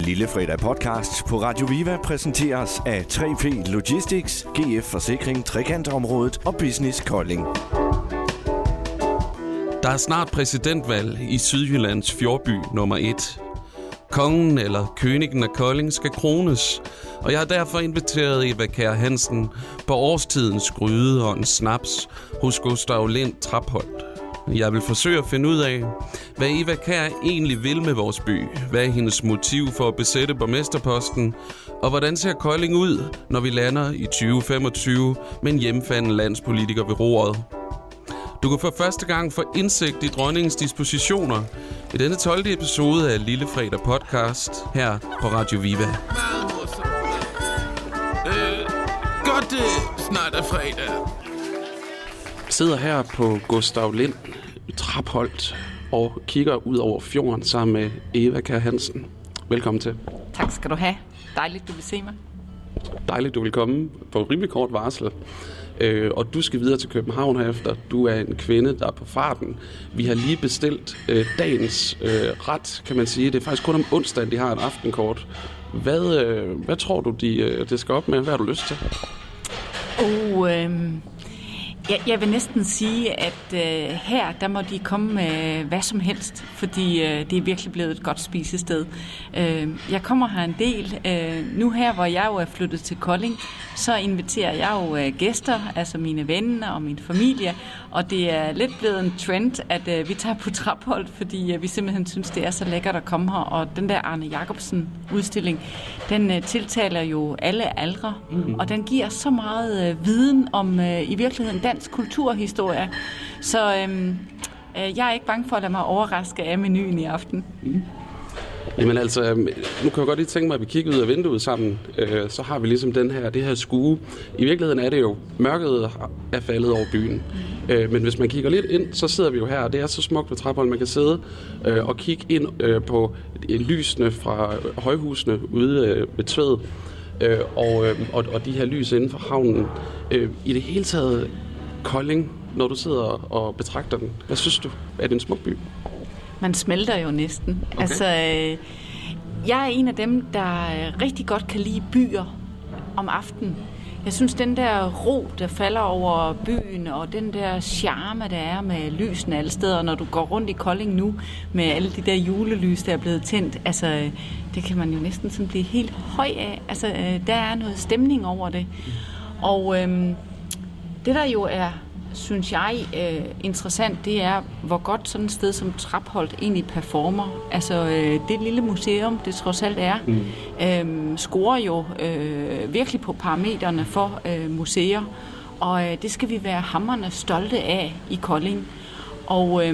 Lille Fredag podcast på Radio Viva præsenteres af 3P Logistics, GF Forsikring, Trekantområdet og Business Kolding. Der er snart præsidentvalg i Sydjyllands fjordby nummer 1. Kongen eller Königen af Kolding skal krones, og jeg har derfor inviteret Eva Kjær Hansen på årstidens gryde og en snaps hos Gustav Lind Trapholt. Jeg vil forsøge at finde ud af, hvad Eva Kjær egentlig vil med vores by, hvad er hendes motiv for at besætte borgmesterposten, og hvordan ser Kolding ud, når vi lander i 2025 med en hjemfalden landspolitiker ved roret. Du kan for første gang få indsigt i dronningens dispositioner i denne 12. episode af Lille Fredag podcast her på Radio Viva. Godt, snart er fredag. Jeg sidder her på Gustav Lind Trapholt og kigger ud over fjorden sammen med Eva Kjær Hansen. Velkommen til. Tak skal du have. Dejligt, du vil se mig. Dejligt, du vil komme på rimelig kort varsel. Og du skal videre til København herefter. Du er en kvinde, der er på farten. Vi har lige bestilt dagens ret, kan man sige. Det er faktisk kun om onsdagen, de har et aftenkort. Hvad tror du, det skal op med? Hvad har du lyst til? Jeg vil næsten sige, at her, der må de komme med hvad som helst, fordi det er virkelig blevet et godt spisested. Jeg kommer her en del. Nu her, hvor jeg jo er flyttet til Kolding, så inviterer jeg jo gæster, altså mine venner og min familie, og det er lidt blevet en trend, at vi tager på Trapholt, fordi vi simpelthen synes, det er så lækkert at komme her, og den der Arne Jacobsen-udstilling, den tiltaler jo alle aldre, og den giver så meget viden om i virkeligheden dansk kulturhistorie, så jeg er ikke bange for at lade mig overraske af menuen i aften. Jamen altså, nu kan jeg godt lige tænke mig, at vi kigger ud af vinduet sammen. Så har vi ligesom det her skue. I virkeligheden er det jo, mørket er faldet over byen. Men hvis man kigger lidt ind, så sidder vi jo her, og det er så smukt ved Trapholt, man kan sidde og kigge ind på lysene fra højhusene ude ved Tved. Og de her lys inden for havnen. I det hele taget, Kolding, når du sidder og betragter den, hvad synes du? Er det en smuk by? Man smelter jo næsten. Okay. Altså, jeg er en af dem, der rigtig godt kan lide byer om aftenen. Jeg synes, den der ro, der falder over byen, og den der charme, der er med lysene alle steder, når du går rundt i Kolding nu, med alle de der julelys, der er blevet tændt, altså, det kan man jo næsten sådan blive helt høj af. Altså, der er noget stemning over det. Og det, der jo er, synes jeg, interessant, det er, hvor godt sådan et sted som Trapholt egentlig performer. Altså, det lille museum, det trods alt er, scorer jo virkelig på parametrene for museer, og det skal vi være hamrende stolte af i Kolding. Og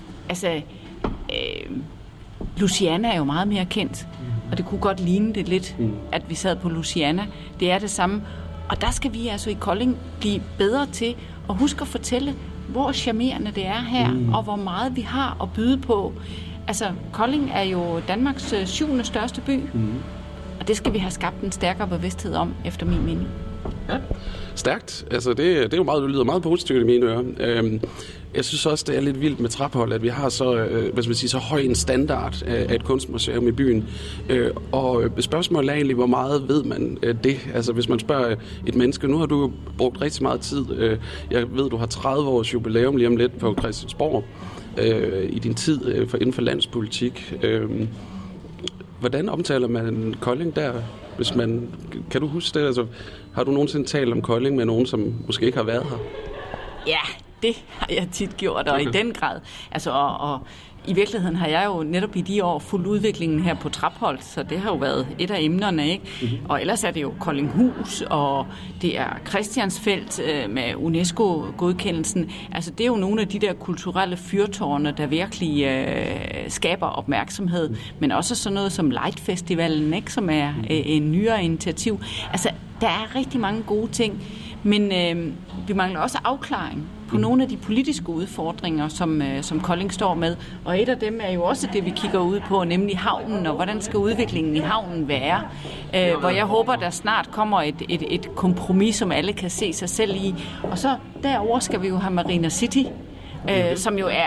Louisiana er jo meget mere kendt, og det kunne godt ligne det lidt, at vi sad på Louisiana. Det er det samme, og der skal vi altså i Kolding blive bedre til og husk at fortælle, hvor charmerende det er her, og hvor meget vi har at byde på. Altså, Kolding er jo Danmarks 7. største by, og det skal vi have skabt en stærkere bevidsthed om, efter min mening. Ja, stærkt. Altså, det er jo meget, det lyder meget positivt i mine ører. Jeg synes også, det er lidt vildt med Trapholt, at vi har så høj en standard af et kunstmuseum i byen. Og spørgsmålet er egentlig, hvor meget ved man det? Altså, hvis man spørger et menneske, nu har du brugt rigtig meget tid. Jeg ved, du har 30 års jubilæum lige om lidt på Christiansborg i din tid inden for landspolitik. Hvordan omtaler man Kolding der? Kan du huske det? Altså, har du nogensinde talt om Kolding med nogen, som måske ikke har været her? Ja, det har jeg tit gjort, og i den grad. Altså, og i virkeligheden har jeg jo netop i de år fulgt udviklingen her på Trapholt, så det har jo været et af emnerne, ikke? Og ellers er det jo Koldinghus, og det er Christiansfeld med UNESCO-godkendelsen. Altså, det er jo nogle af de der kulturelle fyrtårne, der virkelig skaber opmærksomhed, men også sådan noget som Light Festivalen, ikke? Som er en nyere initiativ. Altså, der er rigtig mange gode ting, men vi mangler også afklaring på nogle af de politiske udfordringer, som Kolding står med. Og et af dem er jo også det, vi kigger ud på, nemlig havnen, og hvordan skal udviklingen i havnen være. Hvor jeg håber, der snart kommer et kompromis, som alle kan se sig selv i. Og så derover skal vi jo have Marina City, som jo er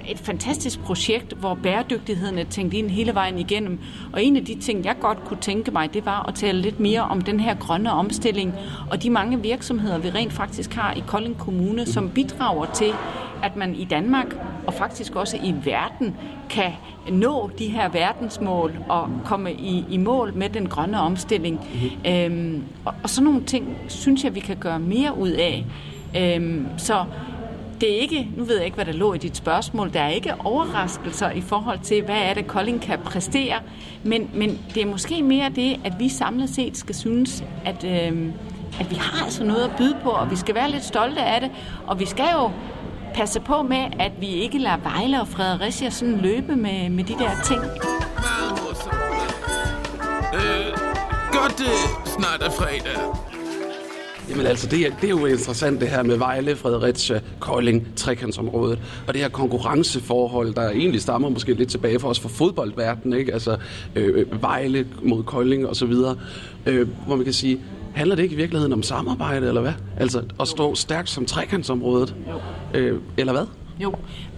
et fantastisk projekt, hvor bæredygtigheden er tænkt ind hele vejen igennem. Og en af de ting, jeg godt kunne tænke mig, det var at tale lidt mere om den her grønne omstilling, og de mange virksomheder, vi rent faktisk har i Kolding Kommune, som bidrager til, at man i Danmark og faktisk også i verden kan nå de her verdensmål og komme i mål med den grønne omstilling. Og sådan nogle ting, synes jeg, vi kan gøre mere ud af. Så det er ikke, nu ved jeg ikke, hvad der lå i dit spørgsmål, der er ikke overraskelser i forhold til, hvad er det, Kolding kan præstere, men det er måske mere det, at vi samlet set skal synes, at vi har altså noget at byde på, og vi skal være lidt stolte af det, og vi skal jo passe på med, at vi ikke lader Vejle og Fredericia sådan løbe med de der ting. Godt, snart er fredag. Jamen altså, det er jo interessant det her med Vejle, Fredericia, Kolding, trekantsområdet, og det her konkurrenceforhold, der egentlig stammer måske lidt tilbage for os fra fodboldverdenen, ikke? Altså Vejle mod Kolding og så videre, hvor man kan sige, handler det ikke i virkeligheden om samarbejde, eller hvad? Altså at stå stærkt som trekantsområdet, eller hvad? Jo,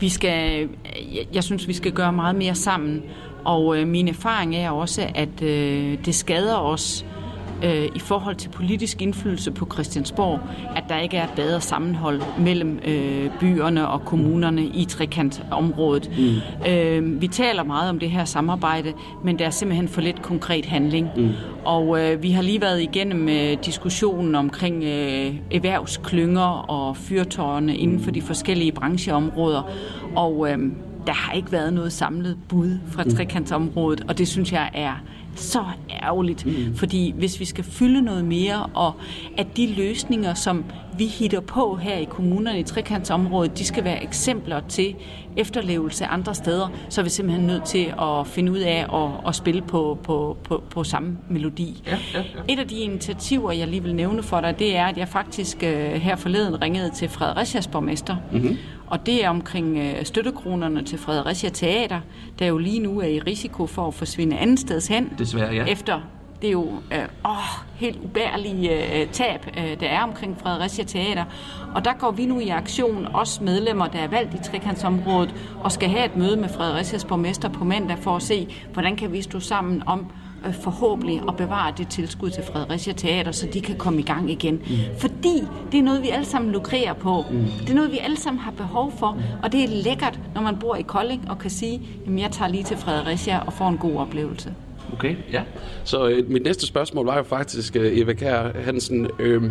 jeg synes, vi skal gøre meget mere sammen, og min erfaring er også, at det skader os i forhold til politisk indflydelse på Christiansborg, at der ikke er et bedre sammenhold mellem byerne og kommunerne i trekantområdet. Vi taler meget om det her samarbejde, men der er simpelthen for lidt konkret handling. Og vi har lige været igennem diskussionen omkring erhvervsklynger og fyrtårne inden for de forskellige brancheområder, og der har ikke været noget samlet bud fra trekantsområdet, og det synes jeg er så ærgerligt, fordi hvis vi skal fylde noget mere, og at de løsninger, som vi hitter på her i kommunerne i trekantsområdet, de skal være eksempler til efterlevelse andre steder, så er vi simpelthen nødt til at finde ud af at spille på samme melodi. Ja. Et af de initiativer, jeg lige vil nævne for dig, det er, at jeg faktisk her forleden ringede til Fredericias borgmester, og det er omkring støttekronerne til Fredericia Teater, der jo lige nu er i risiko for at forsvinde andet steds hen. Desværre, ja. Efter det er jo helt ubærlige tab, der er omkring Fredericia Teater. Og der går vi nu i aktion, også medlemmer, der er valgt i trekantsområdet, og skal have et møde med Fredericias borgmester på mandag for at se, hvordan kan vi stå sammen om forhåbentlig at bevare det tilskud til Fredericia Teater, så de kan komme i gang igen. Fordi det er noget, vi alle sammen lukrerer på. Det er noget, vi alle sammen har behov for, og det er lækkert, når man bor i Kolding og kan sige, jamen jeg tager lige til Fredericia og får en god oplevelse. Okay, ja. Så mit næste spørgsmål var jo faktisk, Eva Kjær Hansen,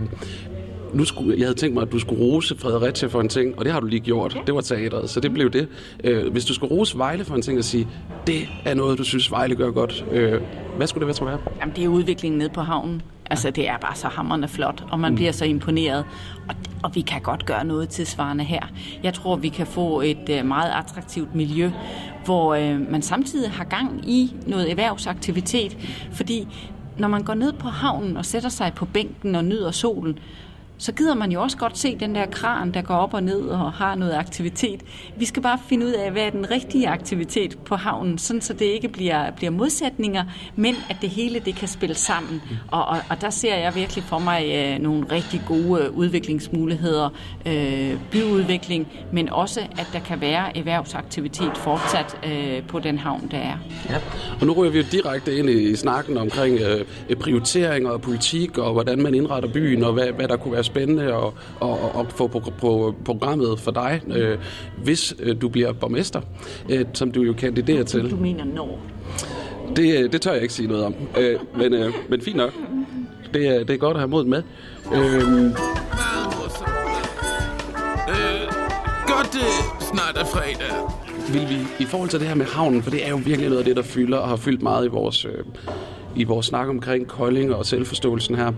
jeg havde tænkt mig, at du skulle rose Fredericia for en ting, og det har du lige gjort. Ja. Det var teateret, så det blev det. Hvis du skulle rose Vejle for en ting og sige, det er noget, du synes, Vejle gør godt, hvad skulle det være, tror jeg? Jamen, det er udviklingen nede på havnen. Altså, det er bare så hamrende flot, og man bliver så imponeret. Og vi kan godt gøre noget tilsvarende her. Jeg tror, vi kan få et meget attraktivt miljø, hvor man samtidig har gang i noget erhvervsaktivitet. Fordi når man går ned på havnen og sætter sig på bænken og nyder solen, så gider man jo også godt se den der kran, der går op og ned og har noget aktivitet. Vi skal bare finde ud af, hvad er den rigtige aktivitet på havnen, sådan så det ikke bliver modsætninger, men at det hele det kan spille sammen. Og der ser jeg virkelig for mig nogle rigtig gode udviklingsmuligheder, byudvikling, men også at der kan være erhvervsaktivitet fortsat på den havn, der er. Ja. Og nu ryger vi jo direkte ind i snakken omkring prioriteringer og politik, og hvordan man indretter byen, og hvad der kunne være spændende at få på programmet for dig, hvis du bliver borgmester, som du jo kandiderer til. Du mener når? Det tør jeg ikke sige noget om, men fint nok. Det er godt at have mod med. Godt, snart er fredag. Vil vi, i forhold til det her med havnen, for det er jo virkelig noget af det, der fylder og har fyldt meget i vores snak omkring Kolding og selvforståelsen her,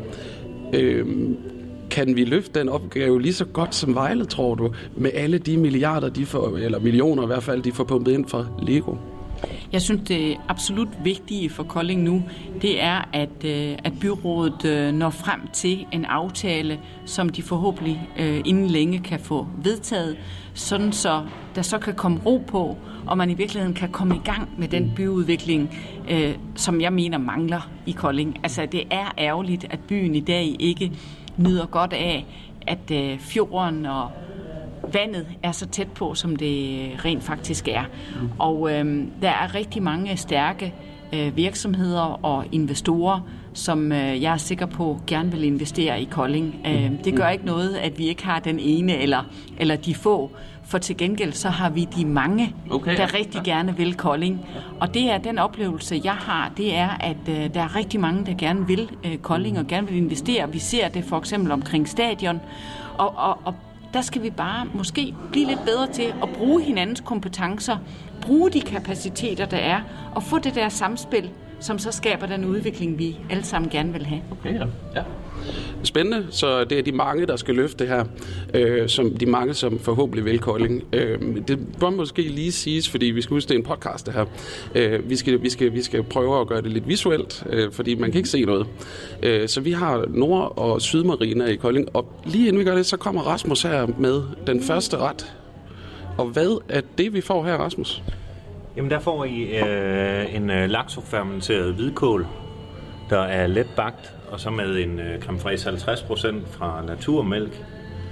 kan vi løfte den opgave lige så godt som Vejle, tror du, med alle de milliarder, de får, eller millioner i hvert fald, de får pumpet ind fra Lego? Jeg synes, det absolut vigtige for Kolding nu, det er, at byrådet når frem til en aftale, som de forhåbentlig inden længe kan få vedtaget, sådan så der så kan komme ro på, og man i virkeligheden kan komme i gang med den byudvikling, som jeg mener mangler i Kolding. Altså, det er ærgerligt, at byen i dag ikke nyder godt af, at fjorden og vandet er så tæt på, som det rent faktisk er. Og der er rigtig mange stærke virksomheder og investorer, som jeg er sikker på gerne vil investere i Kolding. Det gør ikke noget, at vi ikke har den ene eller de få, for til gengæld så har vi de mange, der rigtig gerne vil Kolding. Og det er den oplevelse, jeg har, det er, at der er rigtig mange, der gerne vil Kolding og gerne vil investere. Vi ser det for eksempel omkring stadion, og der skal vi bare måske blive lidt bedre til at bruge hinandens kompetencer, bruge de kapaciteter, der er, og få det der samspil, som så skaber den udvikling, vi alle sammen gerne vil have. Okay, ja. Spændende, så det er de mange, der skal løfte det her, som de mange, som forhåbentlig vil Kolding. Det bør måske lige siges, fordi vi skal huske, det er en podcast, det her. Vi skal prøve at gøre det lidt visuelt, fordi man kan ikke se noget. Så vi har Nord- og Sydmarina i Kolding, og lige inden vi gør det, så kommer Rasmus her med den første ret. Og hvad er det, vi får her, Rasmus? Jamen, der får I en laksofermenteret hvidkål, der er let bagt, og så med en creme fraiche 50% fra naturmælk.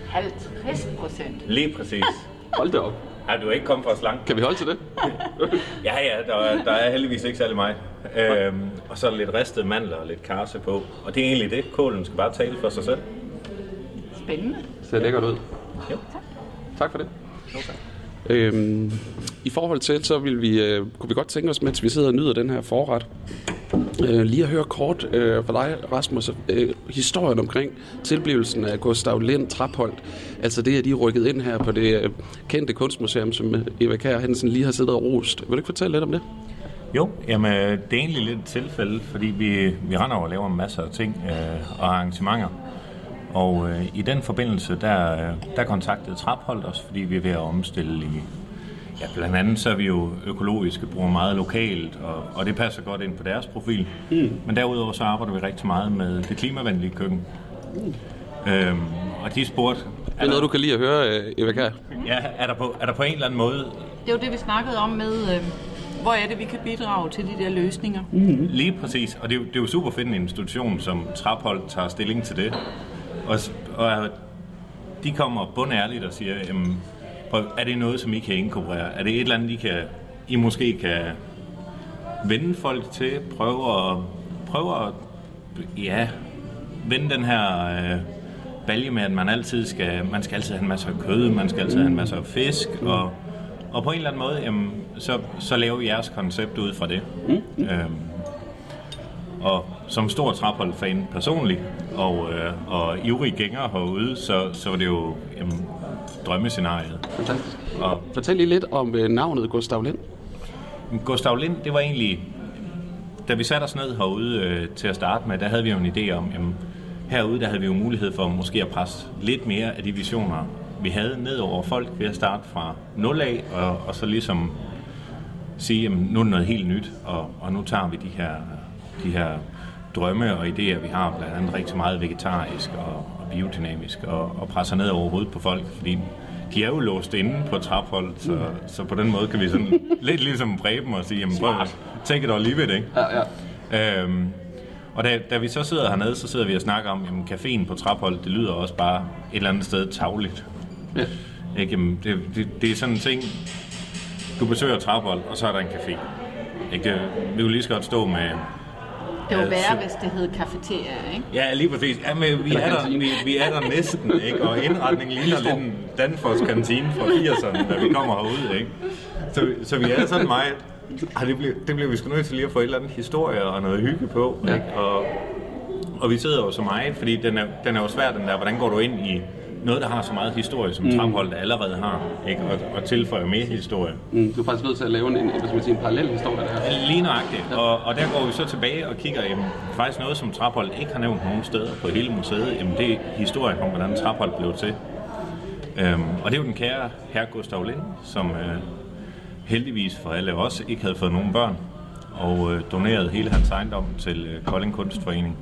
50%? Lige præcis. Hold da op. Ej, du er ikke kommet fra slank. Kan vi holde til det? Ja, der er heldigvis ikke særlig meget. Og så lidt ristede mandler og lidt karse på. Og det er egentlig det. Kålen skal bare tale for sig selv. Spændende. Ser lækkert ud. Jo. Tak for det. Okay. I forhold til, så kunne vi godt tænke os, mens vi sidder og nyder den her forret, lige at høre kort fra dig, Rasmus, historien omkring tilblivelsen af Gustav Lind Trapholt. Altså det, at de er rykket ind her på det kendte kunstmuseum, som Eva Kjær Hansen lige har siddet og rost. Vil du ikke fortælle lidt om det? Jo, jamen det er egentlig lidt et tilfælde, fordi vi render over og laver masser af ting og arrangementer. Og i den forbindelse, der kontaktede Trapholt os, fordi vi er ved at omstille i... Ja, blandt andet så er vi jo økologiske, bruger meget lokalt, og det passer godt ind på deres profil. Men derudover så arbejder vi rigtig meget med det klimavenlige køkken. Og de spurgte... Det er noget, du kan lide at høre, Eva Kjær. Ja, er der på en eller anden måde... Det var det, vi snakkede om med... Hvor er det, vi kan bidrage til de der løsninger? Lige præcis, og det er jo super fedt en institution, som Trapholt tager stilling til det. Og de kommer bundærligt og siger, jamen, er det noget, som I kan inkorporere? Er det et eller andet, I måske kan vende folk til? Prøve at vende den her balje med, at man skal altid have en masse kød, man skal altid have en masse fisk, og på en eller anden måde, jamen, så laver vi jeres koncept ud fra det. Og som stor Trapholt-fan personligt, og ivrig gænger herude, så var det jo drømmescenariet. Fantastisk. Og fortæl lige lidt om navnet Gustav Lind. Gustav Lind, det var egentlig, da vi satte os ned herude til at starte med, der havde vi jo en idé om, herude der havde vi jo mulighed for måske at presse lidt mere af de visioner, vi havde ned over folk ved at starte fra 0 af, og så ligesom sige, jamen, nu er det noget helt nyt, og nu tager vi de her drømme og idéer, vi har, blandt andet rigtig meget vegetarisk og biodynamisk, og presser ned over hovedet på folk, fordi de er jo låst inde på Trapholt, så på den måde kan vi sådan lidt ligesom præge dem og sige, jamen prøv at take it or leave it, ikke? Ja. Og da vi så sidder hernede, så sidder vi og snakker om, jamen caféen på Trapholt, det lyder også bare et eller andet sted tagligt. Ja. Ikke? Jamen, det er sådan en ting, du besøger Trapholt, og så er der en café. Ikke? Vi vil lige så godt stå med... Det var værre, hvis det hed cafeteria, ikke? Ja, lige præcis. Ja, men vi er der næsten, ikke? Og indretningen ligner lidt en Danfoss kantine fra 80'erne, da vi kommer herude, ikke? Så vi er sådan meget... Det bliver vi sgu nødt til lige at få et eller andet historie og noget hygge på, ikke? Og vi sidder jo så meget, fordi den er jo svær, den der, hvordan går du ind i noget, der har så meget historie, som Trapholt allerede har, ikke? Og tilføjer mere historie. Du er faktisk nødt til at lave en parallel historie der. Lige nøjagtigt. Og der går vi så tilbage og kigger, jamen, faktisk noget, som Trapholt ikke har nævnt nogen steder på hele museet, jamen, det er historien om, hvordan Trapholt blev til. Og det er jo den kære herre Gustav Lind, som heldigvis for alle os ikke havde fået nogen børn, og donerede hele hans ejendom til Kolding Kunstforening.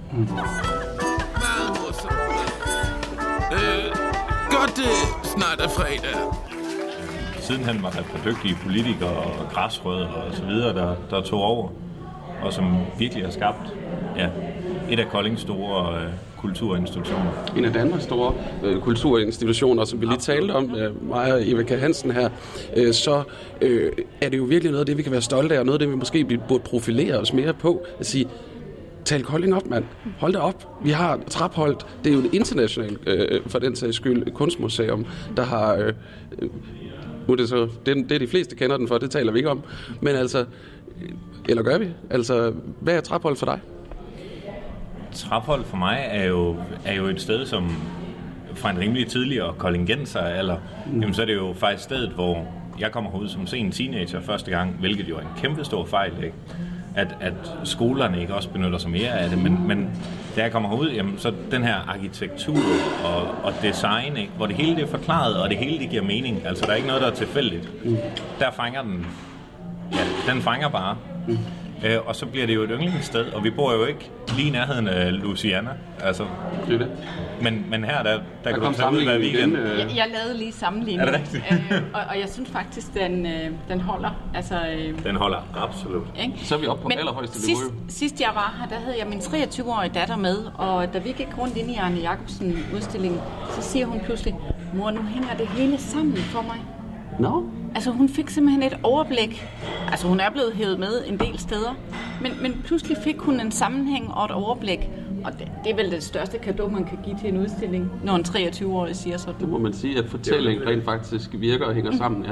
Godt snart er fredag. Sidenhen var der et par dygtige politikere og græsrødder og så videre, der tog over, og som virkelig har skabt et af Koldings store kulturinstitutioner. En af Danmarks store kulturinstitutioner, som vi lige talte om, mig og Eva Kjær Hansen her, så er det jo virkelig noget af det, vi kan være stolte af, og noget af det, vi måske burde profilere os mere på, at sige, tal Kolding op, mand. Hold da op. Vi har Trapholt. Det er jo et internationalt, for den sags skyld, kunstmuseum, der har... nu er det så... Det er de fleste kender den for, det taler vi ikke om. Men altså... Eller gør vi? Altså, hvad er Trapholt for dig? Trapholt for mig er jo et sted, som fra en rimelig tidligere koldingenser alder, jamen så er det jo faktisk stedet, hvor jeg kommer herud som sen teenager første gang, hvilket jo er en kæmpe stor fejl, ikke? At skolerne ikke også benytter sig mere af det, men da jeg kommer herud, jamen, så den her arkitektur og design, ikke? Hvor det hele det er forklaret, og det hele det giver mening, altså der er ikke noget, der er tilfældigt. Der fanger den, ja, den fanger bare. Og så bliver det jo et yndlingssted, og vi bor jo ikke lige i nærheden af Louisiana, altså. Det er det. Men her, der kan du tage ud hver weekend. Jeg lavede lige sammenligning. Er det rigtigt? Og jeg synes faktisk, den holder. Altså, den holder, absolut. Ikke? Så er vi oppe på allerhøjeste niveau. Sidst jeg var her, der havde jeg min 23-årige datter med, og da vi gik rundt ind i Arne Jacobsen-udstillingen, så siger hun pludselig, mor, nu hænger det hele sammen for mig. No. Altså hun fik simpelthen et overblik. Altså hun er blevet hævet med en del steder, men pludselig fik hun en sammenhæng og et overblik. Og det er vel det største cadeau, man kan give til en udstilling, når en 23-årig siger sådan. Det må man sige, at fortællingen rent faktisk virker og hænger sammen, ja.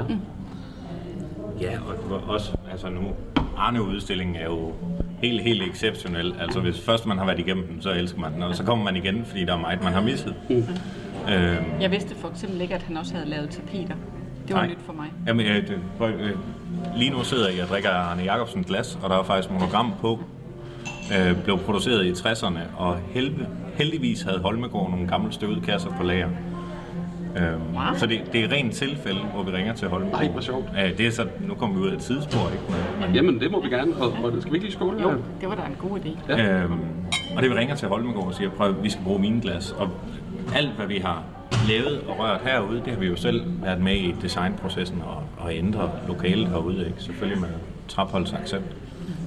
Ja, og også, altså nu, Arne-udstillingen er jo helt exceptionel. Altså hvis først man har været igennem den, så elsker man den, og så kommer man igen, fordi der er meget, man har misset. Jeg vidste for eksempel ikke, at han også havde lavet tapeter. Det var nyt for mig. Jamen, lige nu sidder jeg og drikker Arne Jacobsen glas, og der er faktisk monogram på. Blev produceret i 60'erne, og heldigvis havde Holmegaard nogle gamle støvede-kasser på lager. Wow. Så det er rent tilfælde, hvor vi ringer til Holmegaard. Ej, hvor sjovt. Det er så, nu kommer vi ud af et tidsspor, ikke? Men jamen, det må vi gerne, og skal vi ikke lige skåle? Jo, det var da en god idé. Ja. Og det vi ringer til Holmegaard og siger, prøv, vi skal bruge vinglas, og alt, hvad vi har lavet og rørt herude, det har vi jo selv været med i designprocessen og ændre lokalet herude, ikke? Selvfølgelig med Trapholts accept.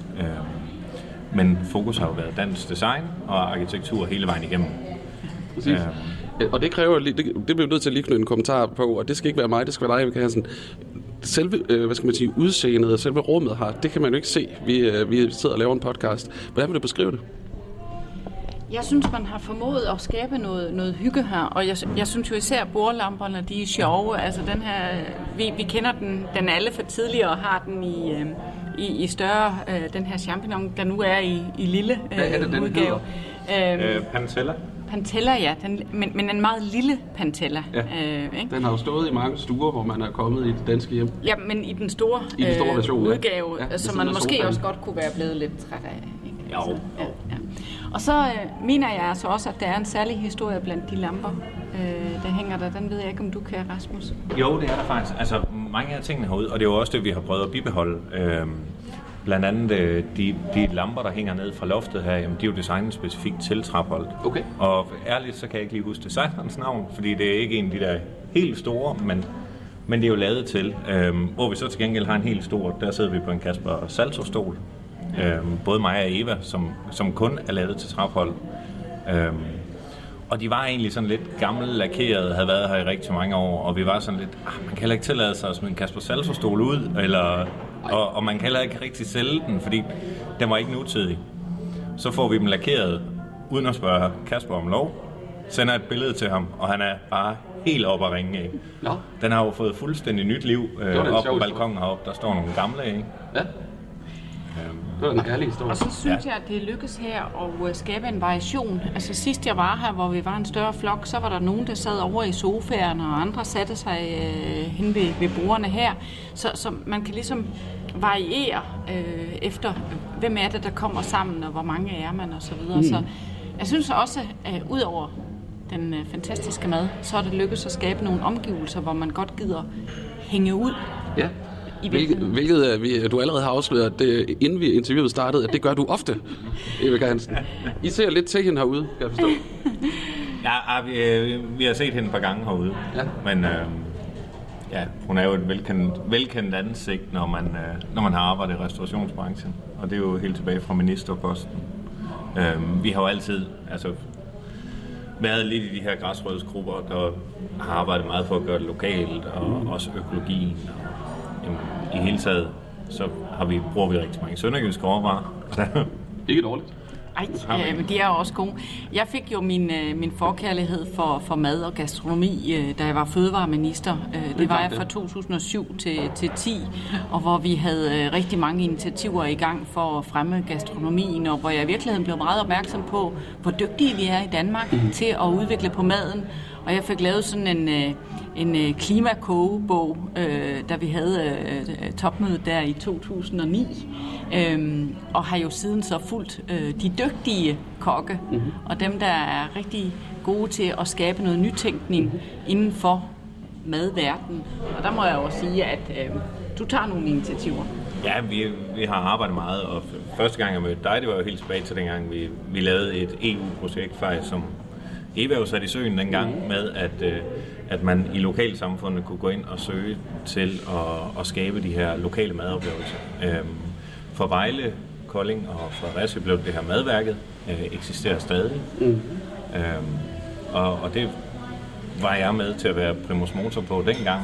Men fokus har jo været dansk design og arkitektur hele vejen igennem. Præcis. Og det kræver, det bliver vi nødt til at lige knytte en kommentar på, og det skal ikke være mig, det skal være dig, Eva Hansen. Selve, hvad skal man sige, udseendet og selve rummet her, det kan man jo ikke se. Vi sidder og laver en podcast. Hvordan vil du beskrive det? Jeg synes, man har formået at skabe noget hygge her, og jeg synes jo især bordlamperne, de er sjove. Altså den her, vi kender den alle for tidligere og har den i større, den her champignon, der nu er i lille udgave. Pantella. Pantella, ja, men en meget lille Pantella. Ja. Ikke? Den har jo stået i mange stuer, hvor man er kommet i det danske hjem. Ja, men i den store, version, udgave, ja, som man måske også godt kunne være blevet lidt træt af. Ikke? Jo. Altså, ja. Og så mener jeg altså også, at der er en særlig historie blandt de lamper, der hænger der. Den ved jeg ikke, om du kan, Rasmus. Jo, det er der faktisk. Altså, mange af tingene herude, og det er jo også det, vi har prøvet at bibeholde. Blandt andet de lamper, der hænger ned fra loftet her, jamen, de er jo designet specifikt til Trapholt. Okay. Og ærligt, så kan jeg ikke lige huske designerens navn, fordi det er ikke en af de der helt store, men det er jo lavet til. Hvor vi så til gengæld har en helt stor, der sidder vi på en Kasper Salto-stol. Både mig og Eva, som kun er lavet til Trapholt. Og de var egentlig sådan lidt gamle lakeret, havde været her i rigtig mange år, og vi var sådan lidt, man kan heller ikke tillade sig at smide en Kasper Salto-stol ud, og man kan heller ikke rigtig sælge den, fordi den var ikke nutidig. Så får vi dem lakeret, uden at spørge Kasper om lov, sender et billede til ham, og han er bare helt oppe at ringe, ikke? Ja. Den har jo fået fuldstændig nyt liv oppe på balkonen heroppe, der står nogle gamle, ikke? Ja. Det var en ærlig historie. Og så synes jeg, at det lykkes her at skabe en variation. Altså sidst jeg var her, hvor vi var en større flok, så var der nogen, der sad over i sofaerne, og andre satte sig hen ved bordene her. Så man kan ligesom variere efter, hvem er det, der kommer sammen, og hvor mange er man, og så videre. Så jeg synes også, at ud over den fantastiske mad, så er det lykkes at skabe nogle omgivelser, hvor man godt gider hænge ud. Ja. Hvilket du allerede har afsløret, det, inden vi interviewet startede, at det gør du ofte, Eva Hansen. I ser lidt til hende herude, kan jeg forstå. Ja, vi har set hende et par gange herude, ja. Men hun er jo et velkendt ansigt, når man har arbejdet i restaurationsbranchen, og det er jo helt tilbage fra ministerposten. Vi har jo altid, altså været lidt i de her græsrødsgrupper, der har arbejdet meget for at gøre det lokalt, og også økologien. Og, i hele taget, så bruger vi rigtig mange sønderjyske råvarer. Ikke dårligt. Men de er jo også gode. Jeg fik jo min forkærlighed for mad og gastronomi, da jeg var fødevareminister. Det var jeg fra 2007 til 10, og hvor vi havde rigtig mange initiativer i gang for at fremme gastronomien, og hvor jeg i virkeligheden blev meget opmærksom på, hvor dygtige vi er i Danmark til at udvikle på maden. Og jeg fik lavet sådan en klimakogebog, da vi havde topmødet der i 2009, og har jo siden så fulgt de dygtige kokke, og dem, der er rigtig gode til at skabe noget nytænkning inden for madverdenen. Og der må jeg jo sige, at du tager nogle initiativer. Ja, vi har arbejdet meget, og første gang jeg mødte dig, det var jo helt tilbage til dengang, vi lavede et EU-projekt faktisk, som Eva jo satte i søen dengang med, at man i lokalsamfundet kunne gå ind og søge til at skabe de her lokale madoplevelser. For Vejle, Kolding og Fredericia blev det her madværket, eksisterer stadig. Og det var jeg med til at være primus motor på dengang.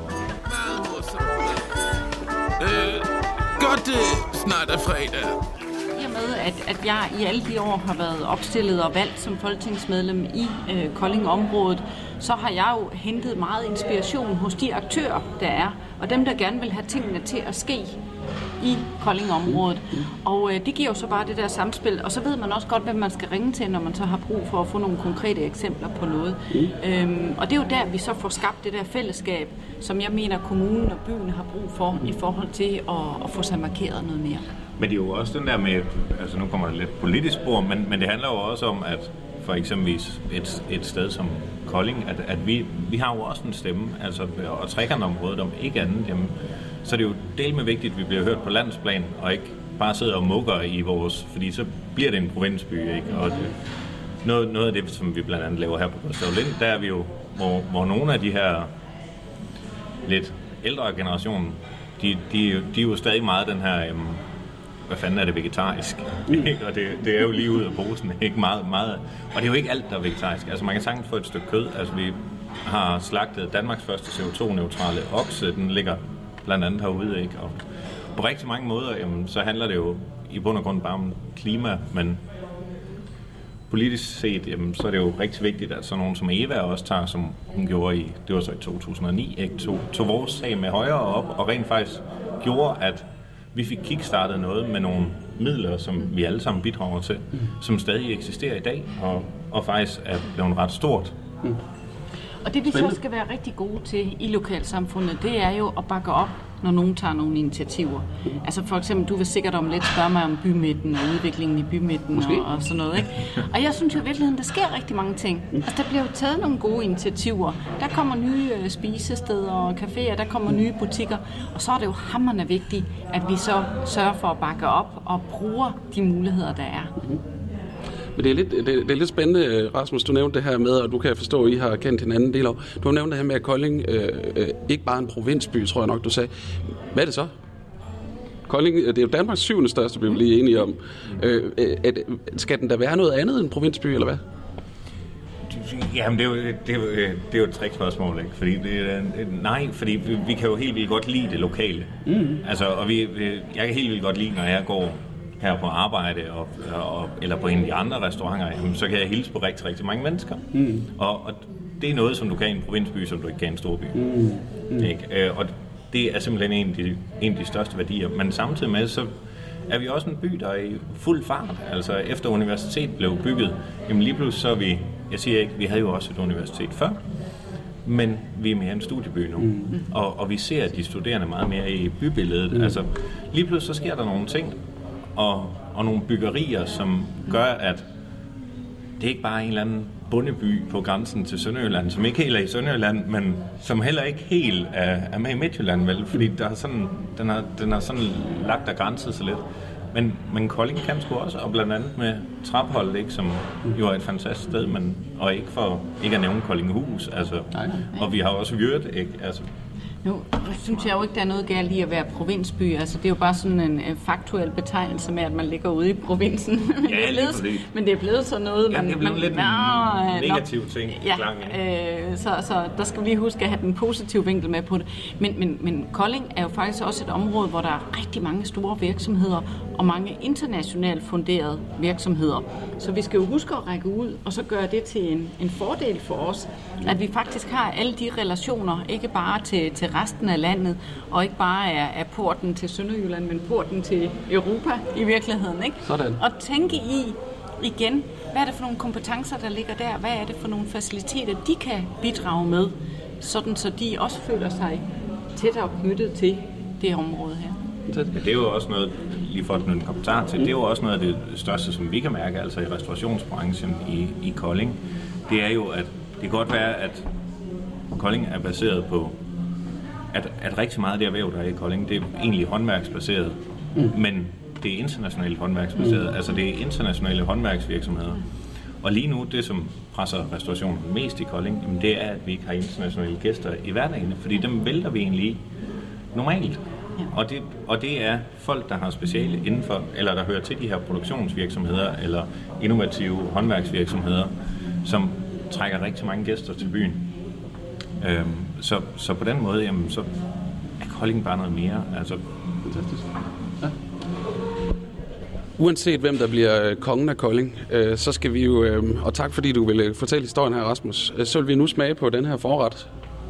Godt, snart er fredag. I og med, at jeg i alle de år har været opstillet og valgt som folketingsmedlem i Kolding-området, så har jeg jo hentet meget inspiration hos de aktører, der er, og dem, der gerne vil have tingene til at ske i Kolding-området. Og det giver jo så bare det der samspil, og så ved man også godt, hvem man skal ringe til, når man så har brug for at få nogle konkrete eksempler på noget. Og det er jo der, vi så får skabt det der fællesskab, som jeg mener, kommunen og byen har brug for i forhold til at få sig markeret noget mere. Men det er jo også den der med, altså nu kommer det lidt politisk spor, men det handler jo også om, at for eksempelvis et sted som Kolding, at vi har jo også en stemme, altså, og trekantområdet om ikke andet, jamen, så er det jo del med vigtigt, at vi bliver hørt på landsplan, og ikke bare sidder og mukker i vores, fordi så bliver det en provinsby, ikke? Og noget af det, som vi blandt andet laver her på Gustav Lind, der er vi jo, hvor nogle af de her lidt ældre generationer, de er jo stadig meget den her, hvad fanden er det vegetarisk? Og det er jo lige ud af posen, ikke meget. Og det er jo ikke alt, der er vegetarisk. Altså man kan sagtens få et stykke kød. Altså vi har slagtet Danmarks første CO2-neutrale okse, den ligger blandt andet herude, ikke? Og på rigtig mange måder, så handler det jo i bund og grund bare om klima, men politisk set, så er det jo rigtig vigtigt, at sådan nogen som Eva også tager, som hun gjorde det var så i 2009, ikke? Tog vores sag med højere op, og rent faktisk gjorde, at vi fik kickstartet noget med nogle midler, som vi alle sammen bidrager til, som stadig eksisterer i dag, og faktisk er blevet ret stort. Og det vi så skal være rigtig gode til i lokalsamfundet, det er jo at bakke op, når nogen tager nogle initiativer. Altså for eksempel, du vil sikkert om lidt spørge mig om bymidten og udviklingen i bymidten og sådan noget, ikke? Og jeg synes jo i virkeligheden, der sker rigtig mange ting. Altså der bliver jo taget nogle gode initiativer. Der kommer nye spisesteder og caféer, der kommer nye butikker, og så er det jo hamrende vigtigt, at vi så sørger for at bakke op og bruger de muligheder, der er. Men det er lidt spændende, Rasmus, du nævnte det her med, og du kan forstå, at I har kendt hinanden en del af. Du har nævnt det her med, at Kolding ikke bare en provinsby, tror jeg nok, du sagde. Hvad er det så? Kolding, det er jo Danmarks 7. største by, vi lige enige om. Skal den da være noget andet end provinsby, eller hvad? Jamen, det er jo et trickspørgsmål, ikke? Fordi nej, fordi vi kan jo helt vildt godt lide det lokale. Altså, og jeg kan helt vildt godt lide, når jeg går her på arbejde eller på en af de andre restauranter, jamen, så kan jeg hilse på rigtig, rigtig mange mennesker. Og det er noget, som du kan i en provinsby, som du ikke kan i en storby. Ikke? Og det er simpelthen en af de største værdier. Men samtidig med, så er vi også en by, der er i fuld fart. Altså efter universitetet blev bygget, jamen lige pludselig så er vi, jeg siger ikke, vi havde jo også et universitet før, men vi er mere en studieby nu. Og vi ser de studerende meget mere i bybilledet. Altså lige pludselig så sker der nogle ting, og nogle byggerier, som gør, at det ikke bare er en eller anden bondeby på grænsen til Sønderjylland, som ikke helt er i Sønderjylland, men som heller ikke helt er med i Midtjylland, vel? Fordi der er sådan, den har sådan lagt og grænset sig lidt. Men Kolding kan sgu også, og blandt andet med Trapholt, ikke, som jo er et fantastisk sted, men, og ikke for ikke at nævne Koldinghus, altså. Og vi har også Vyrt, ikke? Altså. Nu synes jeg jo ikke, der er noget galt i at være provinsby. Altså, det er jo bare sådan en faktuel betegnelse med, at man ligger ude i provinsen. Men det er blevet sådan noget... Ja, det er blevet lidt en negativ ting. Ja, så der skal vi lige huske at have den positive vinkel med på det. Men Kolding er jo faktisk også et område, hvor der er rigtig mange store virksomheder og mange internationalt funderede virksomheder. Så vi skal jo huske at række ud, og så gøre det til en fordel for os, at vi faktisk har alle de relationer, ikke bare til resten af landet, og ikke bare er porten til Sønderjylland, men porten til Europa i virkeligheden. Ikke? Sådan. Og tænke i igen, hvad er det for nogle kompetencer, der ligger der? Hvad er det for nogle faciliteter, de kan bidrage med, sådan så de også føler sig tættere knyttet til det område her. Det er jo også noget, lige for at knytte en kommentar til, det er jo også noget af det største, som vi kan mærke, altså i restaurationsbranchen i Kolding. Det er jo, at det kan godt være, at Kolding er baseret på, at rigtig meget af det erhverv, der er i Kolding, det er egentlig håndværksbaseret, men det er internationalt håndværksbaseret, altså det er internationale håndværksvirksomheder. Og lige nu, det som presser restaurationen mest i Kolding, jamen det er, at vi ikke har internationale gæster i hverdagen, fordi dem vælter vi egentlig normalt. Ja. Og det er folk, der har speciale indenfor, eller der hører til de her produktionsvirksomheder, eller innovative håndværksvirksomheder, som trækker rigtig mange gæster til byen. Så på den måde, jamen, så er Kolding bare noget mere. Altså, fantastisk. Ja. Uanset hvem der bliver kongen af Kolding, så skal vi jo, og tak fordi du ville fortælle historien her, Rasmus, så vil vi nu smage på den her forret.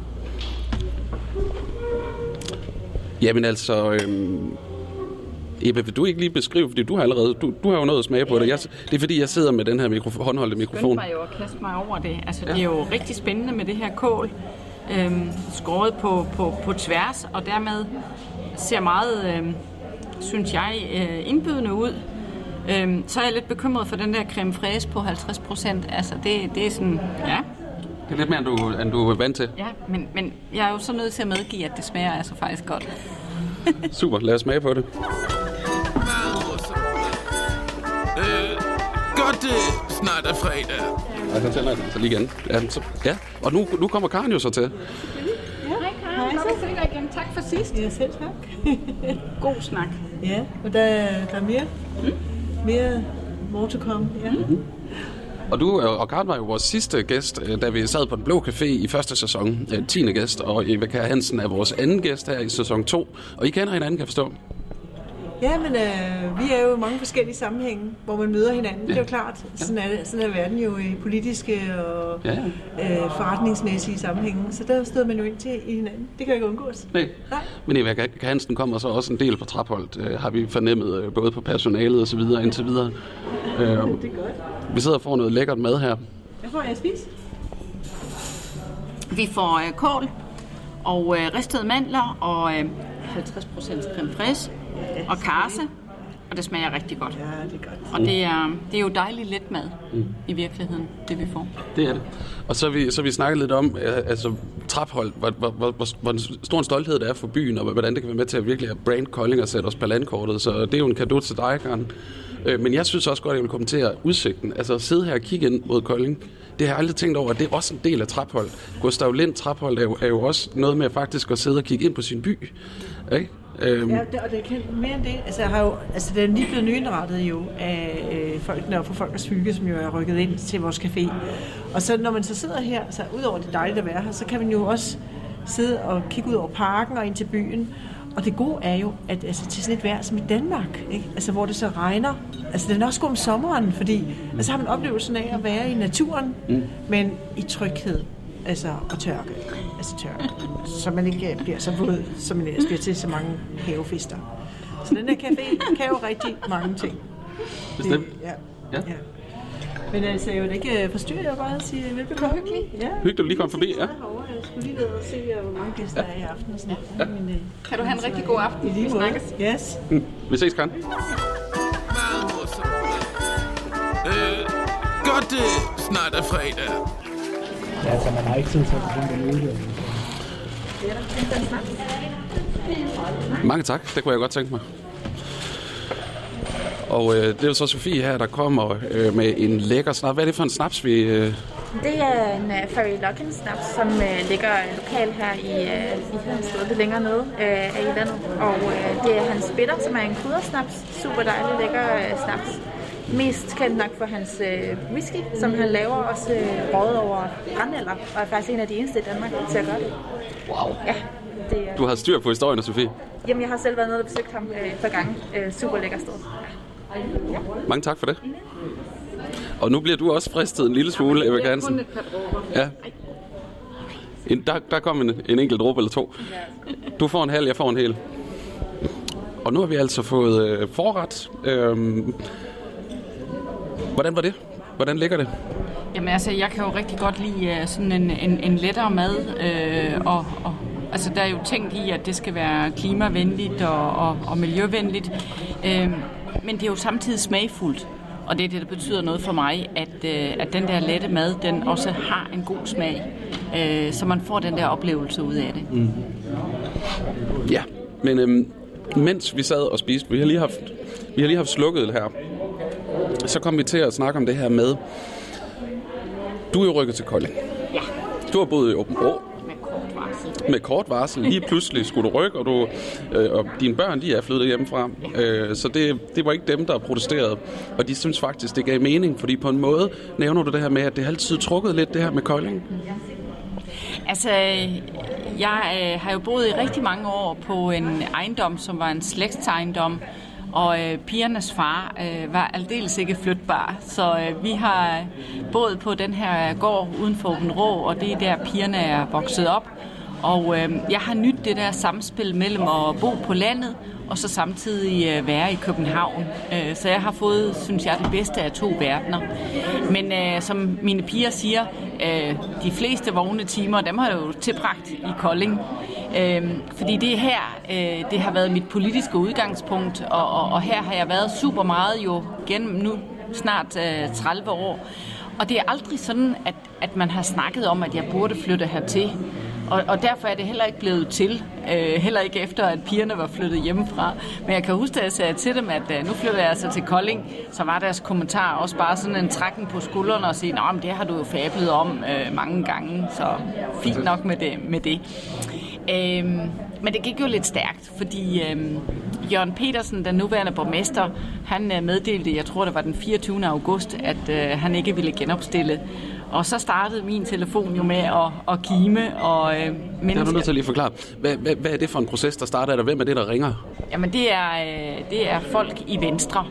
Jamen altså, Ebbe, vil du ikke lige beskrive, fordi du har allerede, du har jo noget at smage på det. Det er fordi, jeg sidder med den her håndholdte mikrofon. Jeg skyndte mig jo at kaste mig over det. Altså, det er jo rigtig spændende med det her kål, skåret på tværs, og dermed ser meget, synes jeg, indbydende ud. Så er jeg lidt bekymret for den der creme fraise på 50%. Altså, det er sådan, ja. Det er lidt mere, end du er vant til. Ja, men jeg er jo så nødt til at medgive, at det smager altså faktisk godt. Super, lad os smage på det. Godt, snart er fredag. Ja, så tænder jeg den så lige igen. Ja, og nu kommer Karen jo så til. Ja, hej Karen. Godt at se dig igen. Tak for sidst. Ja, selv tak. God snak. Ja, og der er mere. Mere more to come. Ja. Og du og Karen var jo vores sidste gæst, da vi sad på Den Blå Café i første sæson, 10. gæst, og Eva Kjær Hansen er vores anden gæst her i sæson 2. Og I kender hinanden, kan jeg forstå? Ja, men vi er jo i mange forskellige sammenhænge, hvor man møder hinanden. Ja. Det er jo klart. Sådan er verden jo i politiske og forretningsmæssige sammenhænge. Så der stod man jo ind til i hinanden. Det kan jo ikke undgås. Nej. Men Eva Kjær Hansen kommer så også en del fra Trapholt, har vi fornemmet, både på personalet og så videre indtil videre. Det er godt. Vi sidder og får noget lækkert mad her. Hvad får jeg at spise? Vi får kål og ristede mandler og 50% creme fraise og karse, og det smager rigtig godt. Ja, det er godt. Og det er jo dejligt let mad i virkeligheden, det vi får. Det er det. Og så vi snakket lidt om, altså Trapholt, hvor stor en stolthed det er for byen, og hvordan det kan være med til at virkelig brand Kolding og sætte os på landkortet. Så det er jo en cadeau til dig, Karen. Men jeg synes også godt, at jeg vil kommentere udsigten. Altså at sidde her og kigge ind mod Kolding, det har jeg aldrig tænkt over, at det er også en del af Trapholt. Gustav Lind Trapholt er jo også noget med faktisk at sidde og kigge ind på sin by. Ikke? Ja, og det kan mere end det. Altså, det er lige blevet nyindrettet jo af folkene og for Folkets Hygge, som jo er rykket ind til vores café. Og så når man så sidder her, så udover det dejligt at være her, så kan man jo også sidde og kigge ud over parken og ind til byen. Og det gode er jo, at altså, til sådan et vejr som i Danmark, ikke? Altså, hvor det så regner, altså den er også god om sommeren, fordi altså, har man oplevelsen af at være i naturen, men i tryghed, altså og tørke, så man ikke bliver så våd, som man ellers bliver til så mange havefester. Så den her café kan jo rigtig mange ting. Bestemt. Ja. Men altså, jeg vil ikke forstyrre, jeg vil bare sige velbekomme. Ja. Hyggeligt, du lige kom forbi, ja. Jeg skulle lige ned og se, hvor mange gæster der er i aften og sådan noget. Ja. Men, kan du have en rigtig god aften? I lige måde. Yes. Vi ses, Karen. Godt, snart er fredag. Ja, så man har ikke tid til at begynde at løbe. Mange tak, det kunne jeg godt tænke mig. Og det er jo så Sofie her, der kommer med en lækker snaps. Hvad er det for en snaps, vi... Det er en Fairy Lockin snaps, som ligger lokalt her i Hedensted, lidt længere nede af i landet. Og det er hans bitter, som er en kryddersnaps. Super dejlig, lækker snaps. Mest kendt nok for hans whisky, som han laver også røget over brændenælder, og er faktisk en af de eneste i Danmark til at gøre det. Wow. Ja, det er... Du har styr på historien, Sofie. Jamen, jeg har selv været nede og besøgt ham et par gange. Super lækker sted. Ja. Mange tak for det. Og nu bliver du også fristet en lille smule, Eva Hansen. Ja. Der kom en enkelt dråbe eller to. Du får en halv, jeg får en hel. Og nu har vi altså fået forret. Hvordan var det? Hvordan ligger det? Jamen altså, jeg kan jo rigtig godt lide sådan en lettere mad, og altså, der er jo tænkt i, at det skal være klimavenligt og miljøvenligt, men det er jo samtidig smagfuldt. Og det er det, der betyder noget for mig, at den der lette mad, den også har en god smag, så man får den der oplevelse ud af det. Mm. Ja, men mens vi sad og spiste, vi har lige haft slukket her, så kom vi til at snakke om det her med, du er jo rykket til Kolding. Ja. Du har boet i Aabenraa. Med kort varsel. Lige pludselig skulle du rykke, og dine børn, de er flyttet hjemmefra. Så det var ikke dem, der protesterede. Og de synes faktisk, det gav mening, fordi på en måde nævner du det her med, at det altid trukket lidt det her med Kolding. Altså, jeg har jo boet i rigtig mange år på en ejendom, som var en slægtsejendom, og pigernes far var aldeles ikke flytbar. Så vi har boet på den her gård uden for Aabenraa, og det er der pigerne er vokset op. Og jeg har nydt det der samspil mellem at bo på landet og så samtidig være i København. Så jeg har fået, synes jeg, det bedste af to verdener. Men som mine piger siger, de fleste vågne timer, dem har jeg jo tilbragt i Kolding. Fordi det er her, det har været mit politiske udgangspunkt, og her har jeg været super meget jo gennem nu snart 30 år. Og det er aldrig sådan, at man har snakket om, at jeg burde flytte hertil. Og derfor er det heller ikke blevet til. Heller ikke efter, at pigerne var flyttet hjemmefra. Men jeg kan huske, at jeg sagde til dem, at nu flytter jeg altså til Kolding. Så var deres kommentar også bare sådan en trækken på skuldrene og sige, nå, men det har du jo fablet om mange gange. Så fint nok med det. Men det gik jo lidt stærkt, fordi Jørgen Petersen, den nuværende borgmester, han meddelte, jeg tror det var den 24. august, at han ikke ville genopstille. Og så startede min telefon jo med at kime. Og, det har du nødt til at lige forklare. Hvad er det for en proces, der starter, eller hvem er det, der ringer? Jamen, det er folk i Venstre.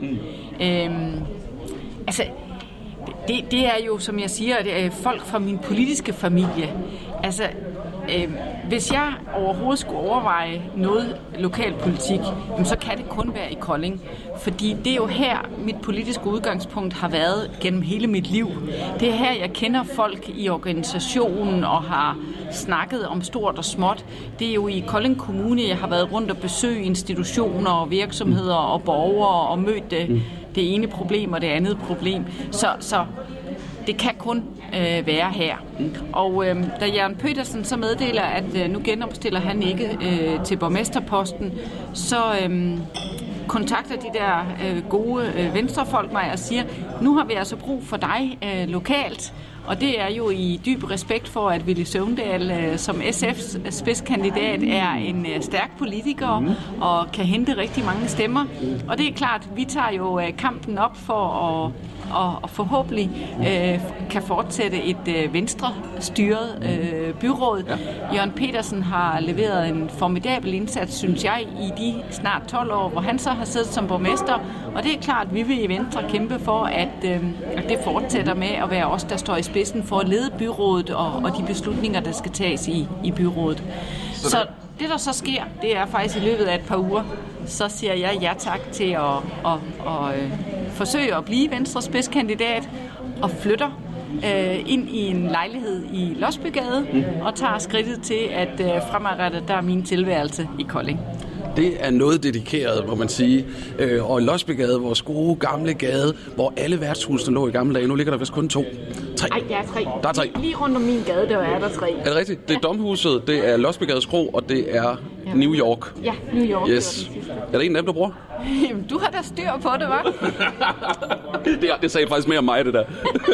Altså, det er jo, som jeg siger, det er folk fra min politiske familie. Altså, hvis jeg overhovedet skulle overveje noget lokalpolitik, så kan det kun være i Kolding. Fordi det er jo her, mit politiske udgangspunkt har været gennem hele mit liv. Det er her, jeg kender folk i organisationen og har snakket om stort og småt. Det er jo i Kolding Kommune, jeg har været rundt og besøge institutioner og virksomheder og borgere og mødt det ene problem og det andet problem. Så det kan kun være her. Og da Jørgen Petersen så meddeler, at nu genopstiller han ikke til borgmesterposten, så kontakter de der gode venstrefolk mig og siger, nu har vi altså brug for dig lokalt. Og det er jo i dyb respekt for, at Villy Søvndal som SF's spidskandidat er en stærk politiker og kan hente rigtig mange stemmer. Og det er klart, vi tager jo kampen op for og forhåbentlig kan fortsætte et venstrestyret byråd. Ja. Jørgen Petersen har leveret en formidabel indsats, synes jeg, i de snart 12 år, hvor han så har siddet som borgmester. Og det er klart, at vi vil i Venstre kæmpe for, at det fortsætter med at være os, der står i spidsen for at lede byrådet og de beslutninger, der skal tages i byrådet. Så det, der så sker, det er faktisk i løbet af et par uger, så siger jeg ja tak til at forsøge at blive Venstres spidskandidat og flytter ind i en lejlighed i Losbygade og tager skridtet til, at fremadrettet der er min tilværelse i Kolding. Det er noget dedikeret, må man sige. Og Losbygade, vores gode gamle gade, hvor alle værtshusene lå i gamle dage. Nu ligger der vist kun 2. 3. Nej, der er 3. Der er 3. Lige rundt om min gade, der er der 3. Er det rigtigt? Det er Domhuset, det er Losbygades Kro, og det er New York. Ja, New York. Yes. Er det en af dem, du bruger? Jamen, du har da styr på det, hva'? det sagde faktisk mere om mig, det der.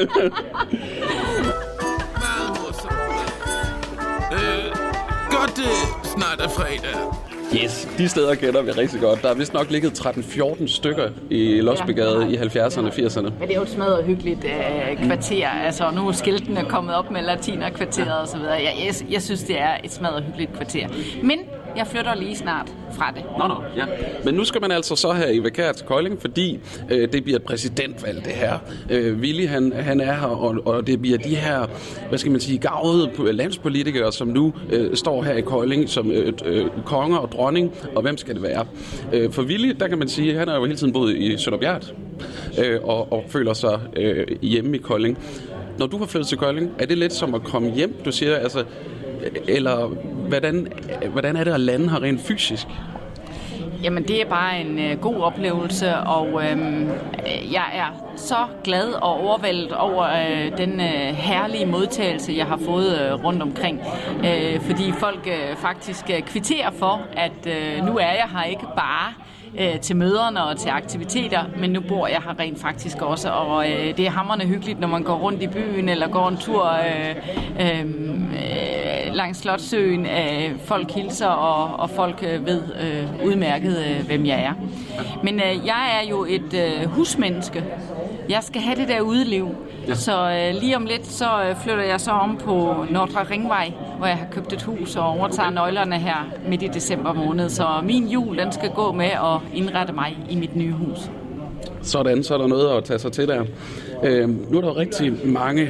Godt, snart er fredag. Yes, de steder kender vi rigtig godt. Der er vist nok ligget 13-14 stykker i Losbygade i 70'erne og 80'erne. Men det er jo et smadret hyggeligt kvarter. Altså, nu er skiltene kommet op med latinerkvarteret og så videre. Jeg synes, det er et smadret hyggeligt kvarter. Men jeg flytter lige snart fra det. Nå, ja. Men nu skal man altså så have Eva Kjær til Kolding, fordi det bliver et præsidentvalg, det her. Willy, han er her, og det bliver de her, hvad skal man sige, garvede landspolitikere, som nu står her i Kolding som konger og dronning, og hvem skal det være? For Willy, der kan man sige, han har jo hele tiden boet i Sønderbjerg, og føler sig hjemme i Kolding. Når du har flyttet til Kolding, er det lidt som at komme hjem, du siger, altså, eller hvordan er det at lande her rent fysisk? Jamen, det er bare en god oplevelse, og jeg er så glad og overvældet over den herlige modtagelse, jeg har fået rundt omkring. Fordi folk faktisk kvitterer for, at nu er jeg her ikke bare til møderne og til aktiviteter, men nu bor jeg her rent faktisk også, og det er hamrende hyggeligt, når man går rundt i byen eller går en tur langs Slotssøen. Folk hilser, og folk ved udmærket, hvem jeg er. Men jeg er jo et husmenneske. Jeg skal have det der udeliv. Ja. Så lige om lidt, så flytter jeg så om på Nordre Ringvej, hvor jeg har købt et hus og overtager nøglerne her midt i december måned. Så min jul, den skal gå med at indrette mig i mit nye hus. Sådan, så er der noget at tage sig til der. Nu er der rigtig mange,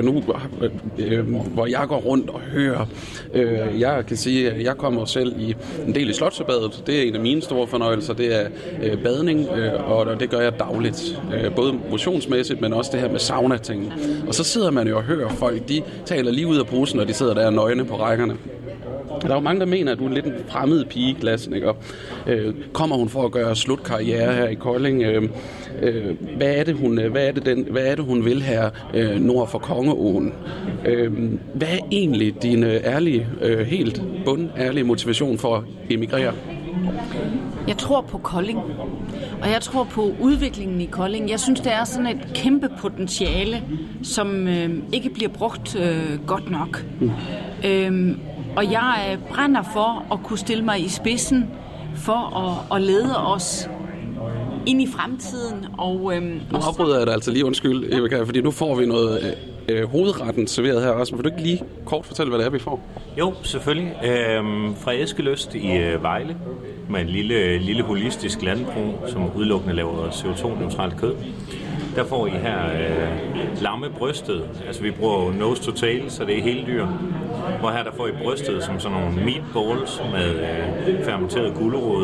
hvor jeg går rundt og hører. Jeg kan sige, at jeg kommer selv i en del i Slotsøbadet. Det er en af mine store fornøjelser. Det er badning, og det gør jeg dagligt. Både motionsmæssigt, men også det her med sauna-ting. Og så sidder man jo og hører folk, de taler lige ud af posen, når de sidder der nøgne på rækkerne. Der er jo mange, der mener, at du er lidt en fremmed pige i klassen, ikke? Kommer hun for at gøre slutkarriere her i Kolding? Hvad er det, hun vil her nord for Kongeåen? Hvad er egentlig din ærlige, helt bundærlige motivation for at emigrere? Jeg tror på Kolding, og jeg tror på udviklingen i Kolding. Jeg synes, det er sådan et kæmpe potentiale, som ikke bliver brugt godt nok. Og jeg brænder for at kunne stille mig i spidsen for at lede os ind i fremtiden. Og, nu afbryder jeg dig altså lige, undskyld, Eva, fordi nu får vi noget hovedretten serveret her. Rasmus, vil du ikke lige kort fortælle, hvad det er, vi får? Jo, selvfølgelig. Fra Æskelyst i Vejle, med en lille holistisk landbrug, som udelukkende laver CO2-neutralt kød. Der får I her lammebrystet. Altså vi bruger nose to tail, så det er hele dyr. Hvor her der får I brystet som sådan nogle meatballs med fermenteret gulerod.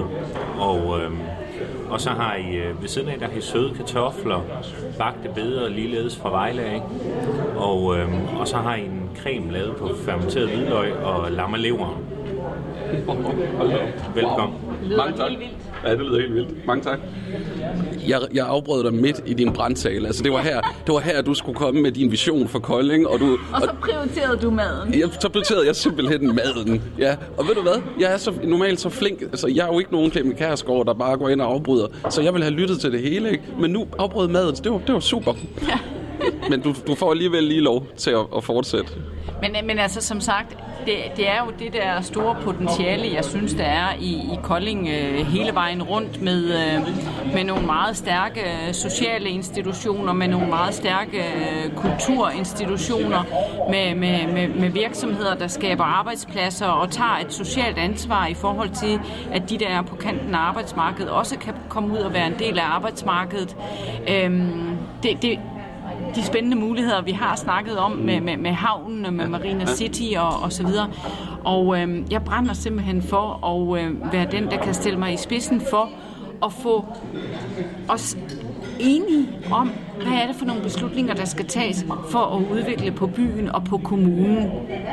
Og så har I ved siden af, der har I søde kartofler, bagte beder ligeledes fra Vejle af. Og så har I en creme lavet på fermenteret hvidløg og lammelever. Velkommen. Mange tak. Ja, det lyder helt vildt. Mange tak. Jeg afbrød dig midt i din brandtale. Altså, det var her, du skulle komme med din vision for Kolding. Og så prioriterede du maden. Ja, så prioriterede jeg simpelthen maden. Ja, og ved du hvad? Jeg er normalt så flink. Altså, jeg er jo ikke nogen Clement Kjærsgaard, der bare går ind og afbryder. Så jeg vil have lyttet til det hele, ikke? Men nu afbrød maden. Det var super. Ja. Men du får alligevel lige lov til at fortsætte. Men altså, som sagt, det er jo det der store potentiale, jeg synes, der er i Kolding hele vejen rundt med nogle meget stærke sociale institutioner, med nogle meget stærke kulturinstitutioner, med virksomheder, der skaber arbejdspladser og tager et socialt ansvar i forhold til, at de, der er på kanten af arbejdsmarkedet, også kan komme ud og være en del af arbejdsmarkedet. De spændende muligheder, vi har snakket om med havnen, med Marina City og så videre. Og jeg brænder simpelthen for at være den, der kan stille mig i spidsen for at få os enige om, hvad er det for nogle beslutninger, der skal tages for at udvikle på byen og på kommunen.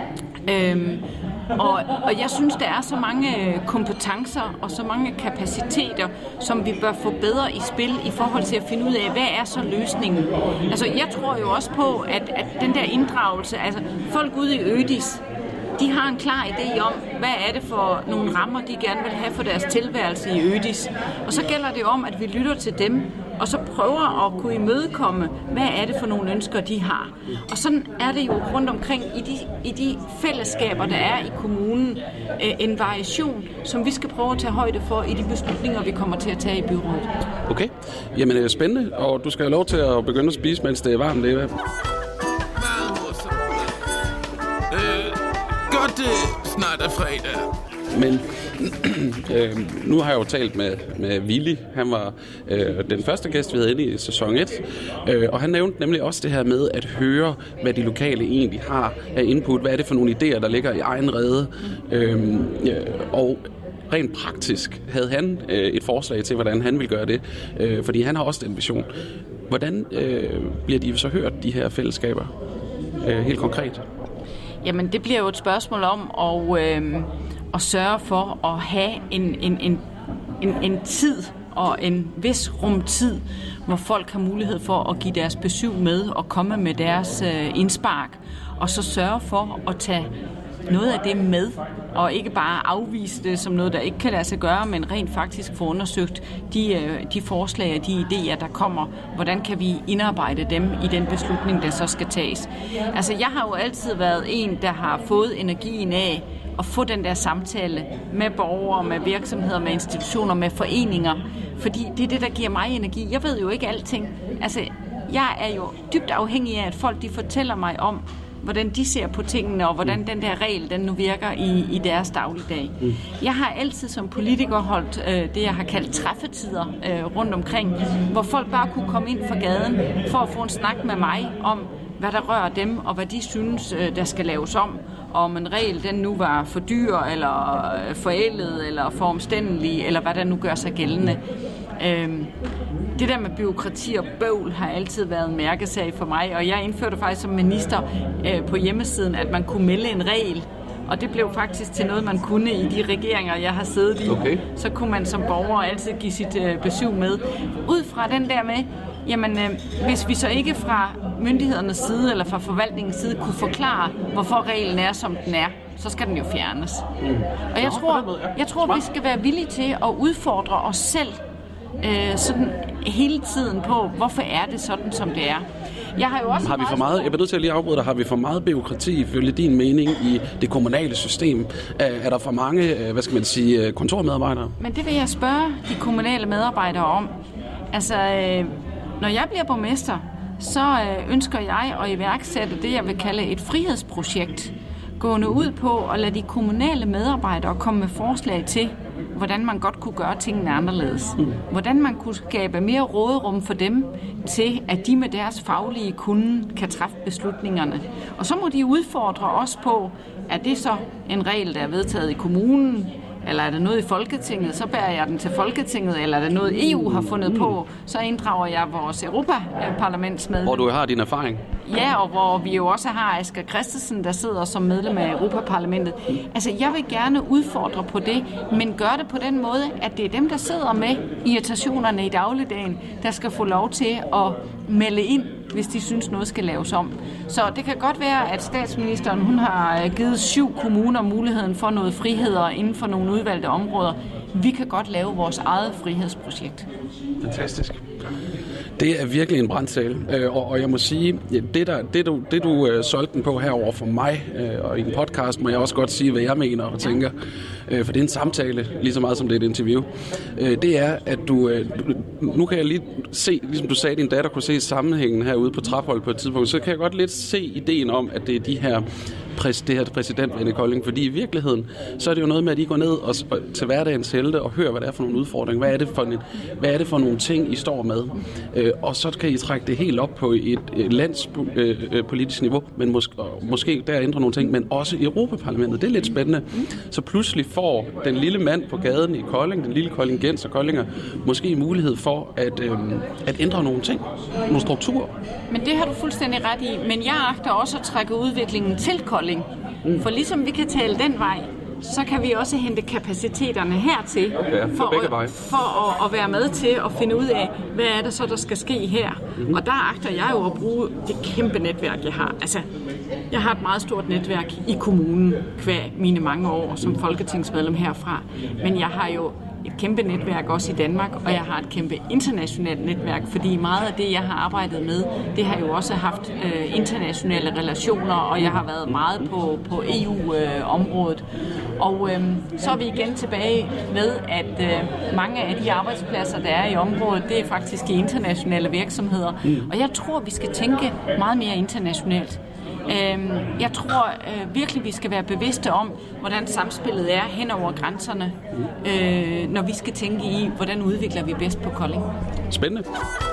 Og jeg synes, der er så mange kompetencer og så mange kapaciteter, som vi bør få bedre i spil i forhold til at finde ud af, hvad er så løsningen. Altså, jeg tror jo også på, at den der inddragelse, altså folk ude i Ødis, de har en klar idé om, hvad er det for nogle rammer, de gerne vil have for deres tilværelse i Ødis. Og så gælder det om, at vi lytter til dem, og så prøver at kunne imødekomme, hvad er det for nogle ønsker, de har. Og sådan er det jo rundt omkring i de fællesskaber, der er i kommunen, en variation, som vi skal prøve at tage højde for i de beslutninger, vi kommer til at tage i byrådet. Okay, jamen det er spændende, og du skal have lov til at begynde at spise, mens det er varmt, Eva. Godt, snart er fredag. Men nu har jeg jo talt med Willy. Han var den første gæst, vi havde inde i sæson 1. Og han nævnte nemlig også det her med at høre, hvad de lokale egentlig har af input. Hvad er det for nogle idéer, der ligger i egen rede? Og rent praktisk havde han et forslag til, hvordan han vil gøre det. Fordi han har også den vision. Hvordan bliver de så hørt, de her fællesskaber? Helt konkret. Jamen, det bliver jo et spørgsmål om at sørge for at have en tid og en vis rumtid, hvor folk har mulighed for at give deres besøg med og komme med deres indspark, og så sørge for at tage noget af det med, og ikke bare afvise det som noget, der ikke kan lade sig gøre, men rent faktisk få undersøgt de forslag og de idéer, der kommer. Hvordan kan vi indarbejde dem i den beslutning, der så skal tages? Altså, jeg har jo altid været en, der har fået energien af at få den der samtale med borgere, med virksomheder, med institutioner, med foreninger, fordi det er det, der giver mig energi. Jeg ved jo ikke alting. Altså, jeg er jo dybt afhængig af, at folk de fortæller mig om, hvordan de ser på tingene, og hvordan den der regel, den nu virker i deres dagligdag. Jeg har altid som politiker holdt det, jeg har kaldt træffetider rundt omkring, hvor folk bare kunne komme ind fra gaden for at få en snak med mig om, hvad der rører dem, og hvad de synes, der skal laves om en regel, den nu var for dyr, eller forældet, eller for omstændelig, eller hvad der nu gør sig gældende. Det der med byråkrati og bøvl har altid været en mærkesag for mig, og jeg indførte faktisk som minister på hjemmesiden, at man kunne melde en regel, og det blev faktisk til noget, man kunne i de regeringer, jeg har siddet i. Okay. Så kunne man som borger altid give sit besøg med. Ud fra den der med, jamen, hvis vi så ikke fra myndighedernes side eller fra forvaltningens side kunne forklare, hvorfor reglen er, som den er, så skal den jo fjernes. Og jeg tror, vi skal være villige til at udfordre os selv sådan hele tiden på, hvorfor er det sådan, som det er. Jeg har jo også har vi for meget, jeg bliver nødt til at lige afbryde dig, har vi for meget bureaukrati ifølge din mening i det kommunale system? Er der for mange, kontormedarbejdere? Men det vil jeg spørge de kommunale medarbejdere om. Altså, når jeg bliver borgmester, så ønsker jeg at iværksætte det, jeg vil kalde et frihedsprojekt, gående ud på at lade de kommunale medarbejdere komme med forslag til, hvordan man godt kunne gøre tingene anderledes. Hvordan man kunne skabe mere råderum for dem til, at de med deres faglige kunde kan træffe beslutningerne. Og så må de udfordre os på, er det så en regel, der er vedtaget i kommunen, eller er der noget i Folketinget, så bærer jeg den til Folketinget, eller er der noget EU har fundet på, så inddrager jeg vores Europaparlamentsmedlem. Hvor du har din erfaring. Ja, og hvor vi jo også har Asger Christensen, der sidder som medlem af Europaparlamentet. Altså, jeg vil gerne udfordre på det, men gøre det på den måde, at det er dem, der sidder med irritationerne i dagligdagen, der skal få lov til at melde ind, hvis de synes, noget skal laves om. Så det kan godt være, at statsministeren hun har givet 7 kommuner muligheden for noget friheder inden for nogle udvalgte områder. Vi kan godt lave vores eget frihedsprojekt. Fantastisk. Det er virkelig en brandtale, og jeg må sige, det du solgte den på herover for mig, og i en podcast må jeg også godt sige, hvad jeg mener og tænker, for det er en samtale, lige så meget som det er et interview. Det er, at nu kan jeg lige se, ligesom du sagde, din datter kunne se sammenhængen herude på Trapholt på et tidspunkt, så kan jeg godt lidt se ideen om, at det er det her præsidentvalg i Kolding, fordi i virkeligheden, så er det jo noget med, at I går ned og til hverdagens helte og hører, hvad det er for nogle udfordringer, hvad er det for nogle ting, I står med, og så kan I trække det helt op på et landspolitisk niveau, men måske der ændre nogle ting, men også i Europaparlamentet. Det er lidt spændende. Så pludselig får den lille mand på gaden i Kolding, den lille koldingens og koldinger, måske mulighed for at ændre nogle ting, nogle strukturer. Men det har du fuldstændig ret i, men jeg agter også at trække udviklingen til Kolding. For ligesom vi kan tale den vej, så kan vi også hente kapaciteterne hertil, for at være med til at finde ud af, hvad er det så, der skal ske her. Og der agter jeg jo at bruge det kæmpe netværk, jeg har. Altså, jeg har et meget stort netværk i kommunen, hver mine mange år som folketingsmedlem herfra. Men jeg har jo et kæmpe netværk også i Danmark, og jeg har et kæmpe internationalt netværk, fordi meget af det, jeg har arbejdet med, det har jo også haft internationale relationer, og jeg har været meget på EU-området. Og så er vi igen tilbage med, at mange af de arbejdspladser, der er i området, det er faktisk i internationale virksomheder. Og jeg tror, vi skal tænke meget mere internationalt. Jeg tror virkelig, vi skal være bevidste om, hvordan samspillet er hen over grænserne, når vi skal tænke i, hvordan udvikler vi bedst på Kolding. Spændende.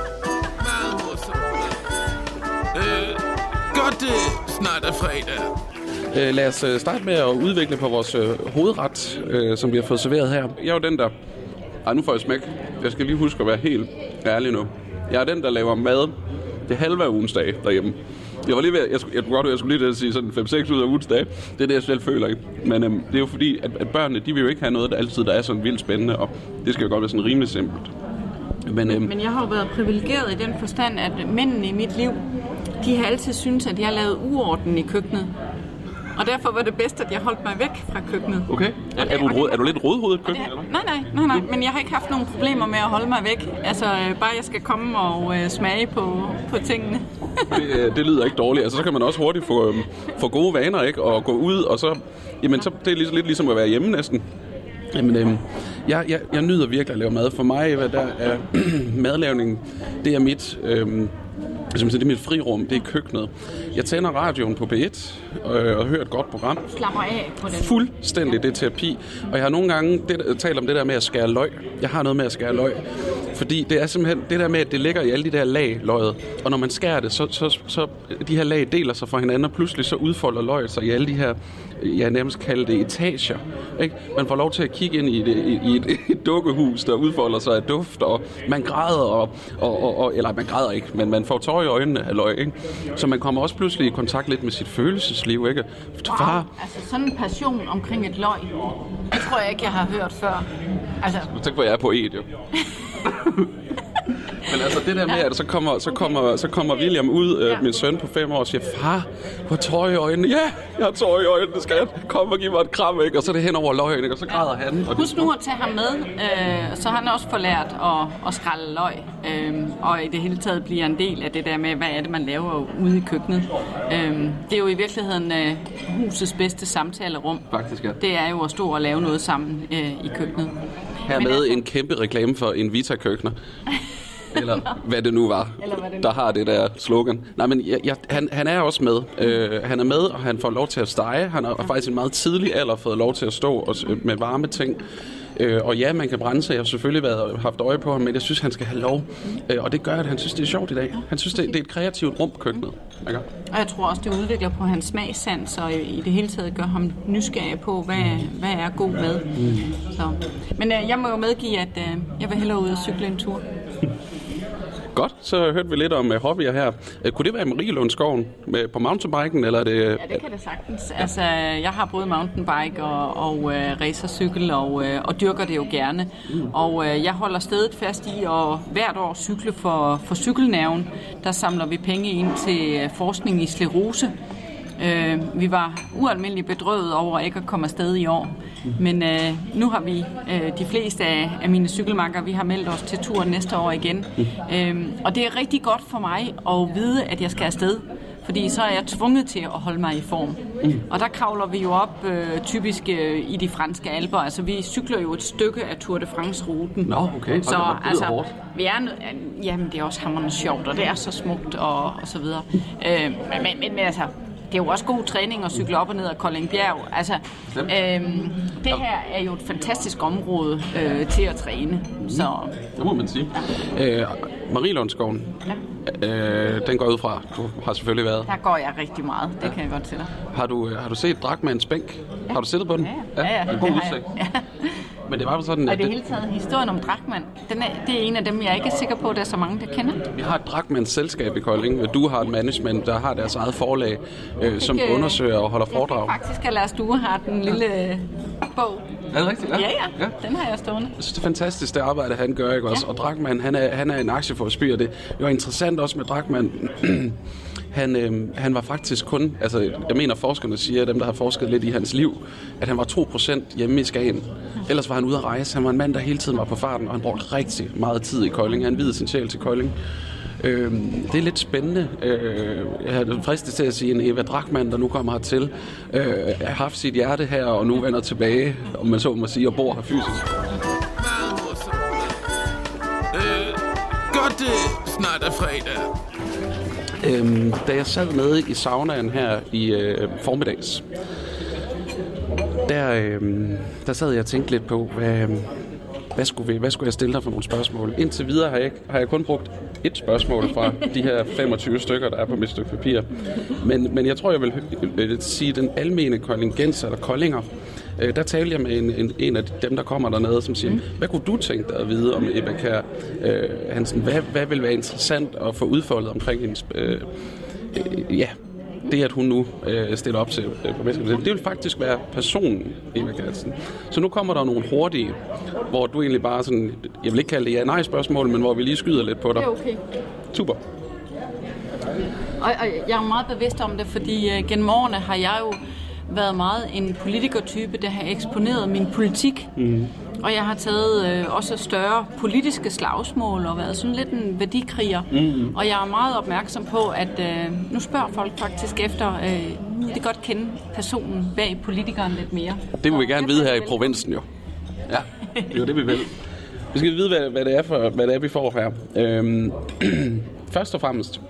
Godt, snart er fredag. Lad os starte med at udvikle på vores hovedret, som vi har fået serveret her. Jeg er jo den, der... nu får jeg smæk. Jeg skal lige huske at være helt ærlig nu. Jeg er den, der laver mad det halve af ugens dag derhjemme. Jeg var lige ved, jeg skulle lige sige sådan 5-6 ud af ugens dage. Det er det, jeg selv føler, ikke? Men det er jo fordi, at børnene, de vil jo ikke have noget, der er sådan vildt spændende, og det skal jo godt være sådan rimelig simpelt. Men jeg har jo været privilegeret i den forstand, at mændene i mit liv, de har altid syntes, at jeg har lavet uorden i køkkenet. Og derfor var det bedst, at jeg holdt mig væk fra køkkenet. Okay. Er du lidt rodhovedet køkken, eller? Nej. Men jeg har ikke haft nogen problemer med at holde mig væk. Altså, bare jeg skal komme og smage på tingene. Det lyder ikke dårligt. Altså, så kan man også hurtigt få gode vaner, ikke? Og gå ud, og så... Jamen, så det er lidt ligesom at være hjemme næsten. Jamen, jeg nyder virkelig at lave mad. For mig, hvad der er madlavning, det er mit... det er mit frirum, det er køkkenet. Jeg tænder radioen på P1 og hører et godt program. Slapper af på den. Fuldstændig, det er terapi. Og jeg har nogle gange talt om det der med at skære løg. Jeg har noget med at skære løg. Fordi det er simpelthen det der med, at det ligger i alle de der lag, løget. Og når man skærer det, så de her lag deler sig fra hinanden, og pludselig så udfolder løget sig i alle de her, jeg nærmest kalder det etager. Ikke? Man får lov til at kigge ind i et dukkehus, der udfolder sig af duft, og man græder, eller man græder ikke, men man får tårer i øjnene af løg, ikke? Så man kommer også pludselig i kontakt lidt med sit følelsesliv, ikke? Wow, altså sådan en passion omkring et løg, det tror jeg ikke, jeg har hørt før. Altså... Tænk på, jeg er poet, jo. Men altså det der med, at så kommer William ud, min søn på 5 år, og siger, far, du har tårer i øjnene. Ja, jeg har tårer i øjnene, skat. Kom og giv mig et kram, ikke? Og så er det hen over løgene, ikke? Og så græder han. Husk nu at tage ham med, så han også får lært at skrælle løg, og i det hele taget bliver en del af det der med, hvad er det, man laver ude i køkkenet. Det er jo i virkeligheden husets bedste samtalerum. Faktisk, ja. Det er jo at stå og lave noget sammen i køkkenet. Hermed en kæmpe reklame for Invita-køkkener. Eller hvad det nu var, der har det der slogan. Nej, men han er også med. Han er med, og han får lov til at stege. Han har faktisk en meget tidlig alder fået lov til at stå med varme ting. Og ja, man kan brænde sig. Jeg har selvfølgelig haft øje på ham, men jeg synes, han skal have lov. Og det gør, at han synes, det er sjovt i dag. Han synes, det er et kreativt rum, køkkenet. Okay. Og jeg tror også, det udvikler på hans smagssans, og i det hele taget gør ham nysgerrig på, hvad er god mad. Så. Men jeg må jo medgive, at jeg vil hellere ud og cykle en tur. Godt, så hørte vi lidt om hobbyer her. Kunne det være i Marielundskoven på mountainbiken, eller er det... Ja, det kan det sagtens. Altså, jeg har både mountainbike og racercykel, og dyrker det jo gerne. Og jeg holder stedet fast i at hvert år cykle for Cykelnerven. Der samler vi penge ind til forskning i sklerose. Vi var ualmindeligt bedrøvet over ikke at komme afsted i år. Men nu har vi de fleste af mine cykelmarker, vi har meldt os til turen næste år igen. Og det er rigtig godt for mig at vide, at jeg skal afsted. Fordi så er jeg tvunget til at holde mig i form. Og der kravler vi jo op typisk i de franske alper. Altså vi cykler jo et stykke af Tour de France-ruten. Nå, okay. Så altså, vi er jamen det er også hammerende sjovt, og det er så smukt og så videre. Men altså... Det er jo også god træning at cykle op og ned ad Koldingbjerg. Altså, det her er jo et fantastisk område til at træne. Så. Det må man sige. Ja. Marielundskoven, den går ud fra. Du har selvfølgelig været. Der går jeg rigtig meget. Det kan jeg godt til dig. Har du set Drachmanns bænk? Ja. Har du siddet på den? Ja. En god udsigt. Men det var jo sådan, at det hele taget historien om Drachmann, det er en af dem, jeg ikke er sikker på, at der er så mange, der kender. Vi har et Drachmanns selskab i Kolding. Du har et management, der har deres eget forlag, som undersøger og holder foredrag. Jeg faktisk, at Lars Due har den lille bog. Er det rigtigt? Ja. Den har jeg stående. Jeg synes, det er fantastisk, det arbejde, han gør, ikke også? Og Drachmann, han er en aktieforspyr. Det var interessant også med Drachmann. Han var faktisk kun, altså jeg mener forskerne siger, dem der har forsket lidt i hans liv, at han var 2% hjemme i Skagen. Ellers var han ude at rejse. Han var en mand, der hele tiden var på farten, og han brugte rigtig meget tid i Kolding. Han viede sin sjæl til Kolding. Det er lidt spændende. Jeg har fristet til at sige, en Eva Drachmann, der nu kommer hertil, har haft sit hjerte her, og nu vender tilbage, om man så må sige, og bor her fysisk. Godt, snart er fredag. Da jeg sad nede i saunaen her i formiddags, der sad jeg og tænkte lidt på, hvad skulle jeg stille dig for nogle spørgsmål. Indtil videre har jeg kun brugt et spørgsmål fra de her 25 stykker, der er på mit stykke papir. Men jeg tror, jeg vil sige, den almene koldingenser eller koldinger, der talte jeg med en af dem, der kommer dernede, som siger, hvad kunne du tænke dig at vide om Ebba Kjær Hansen? Hvad vil være interessant at få udfoldet omkring hendes... det, at hun nu stiller op til borgmesterskabet, det vil faktisk være personen, Ebba Kjær Hansen. Så nu kommer der nogle hurtige, hvor du egentlig bare sådan, jeg vil ikke kalde det ja-nej-spørgsmål, men hvor vi lige skyder lidt på dig. Det er okay. Super. Og jeg er meget bevidst om det, fordi gennem årene har jeg jo været meget en politikertype, der har eksponeret min politik. Mm. Og jeg har taget også større politiske slagsmål og været sådan lidt en værdikriger. Mm. Og jeg er meget opmærksom på, at nu spørger folk faktisk efter, nu vil de godt kende personen bag politikeren lidt mere. Det vil vi gerne vide her i provinsen jo. Ja, det er jo det, vi vil. Vi skal vide, hvad det er, vi får her. Først og fremmest,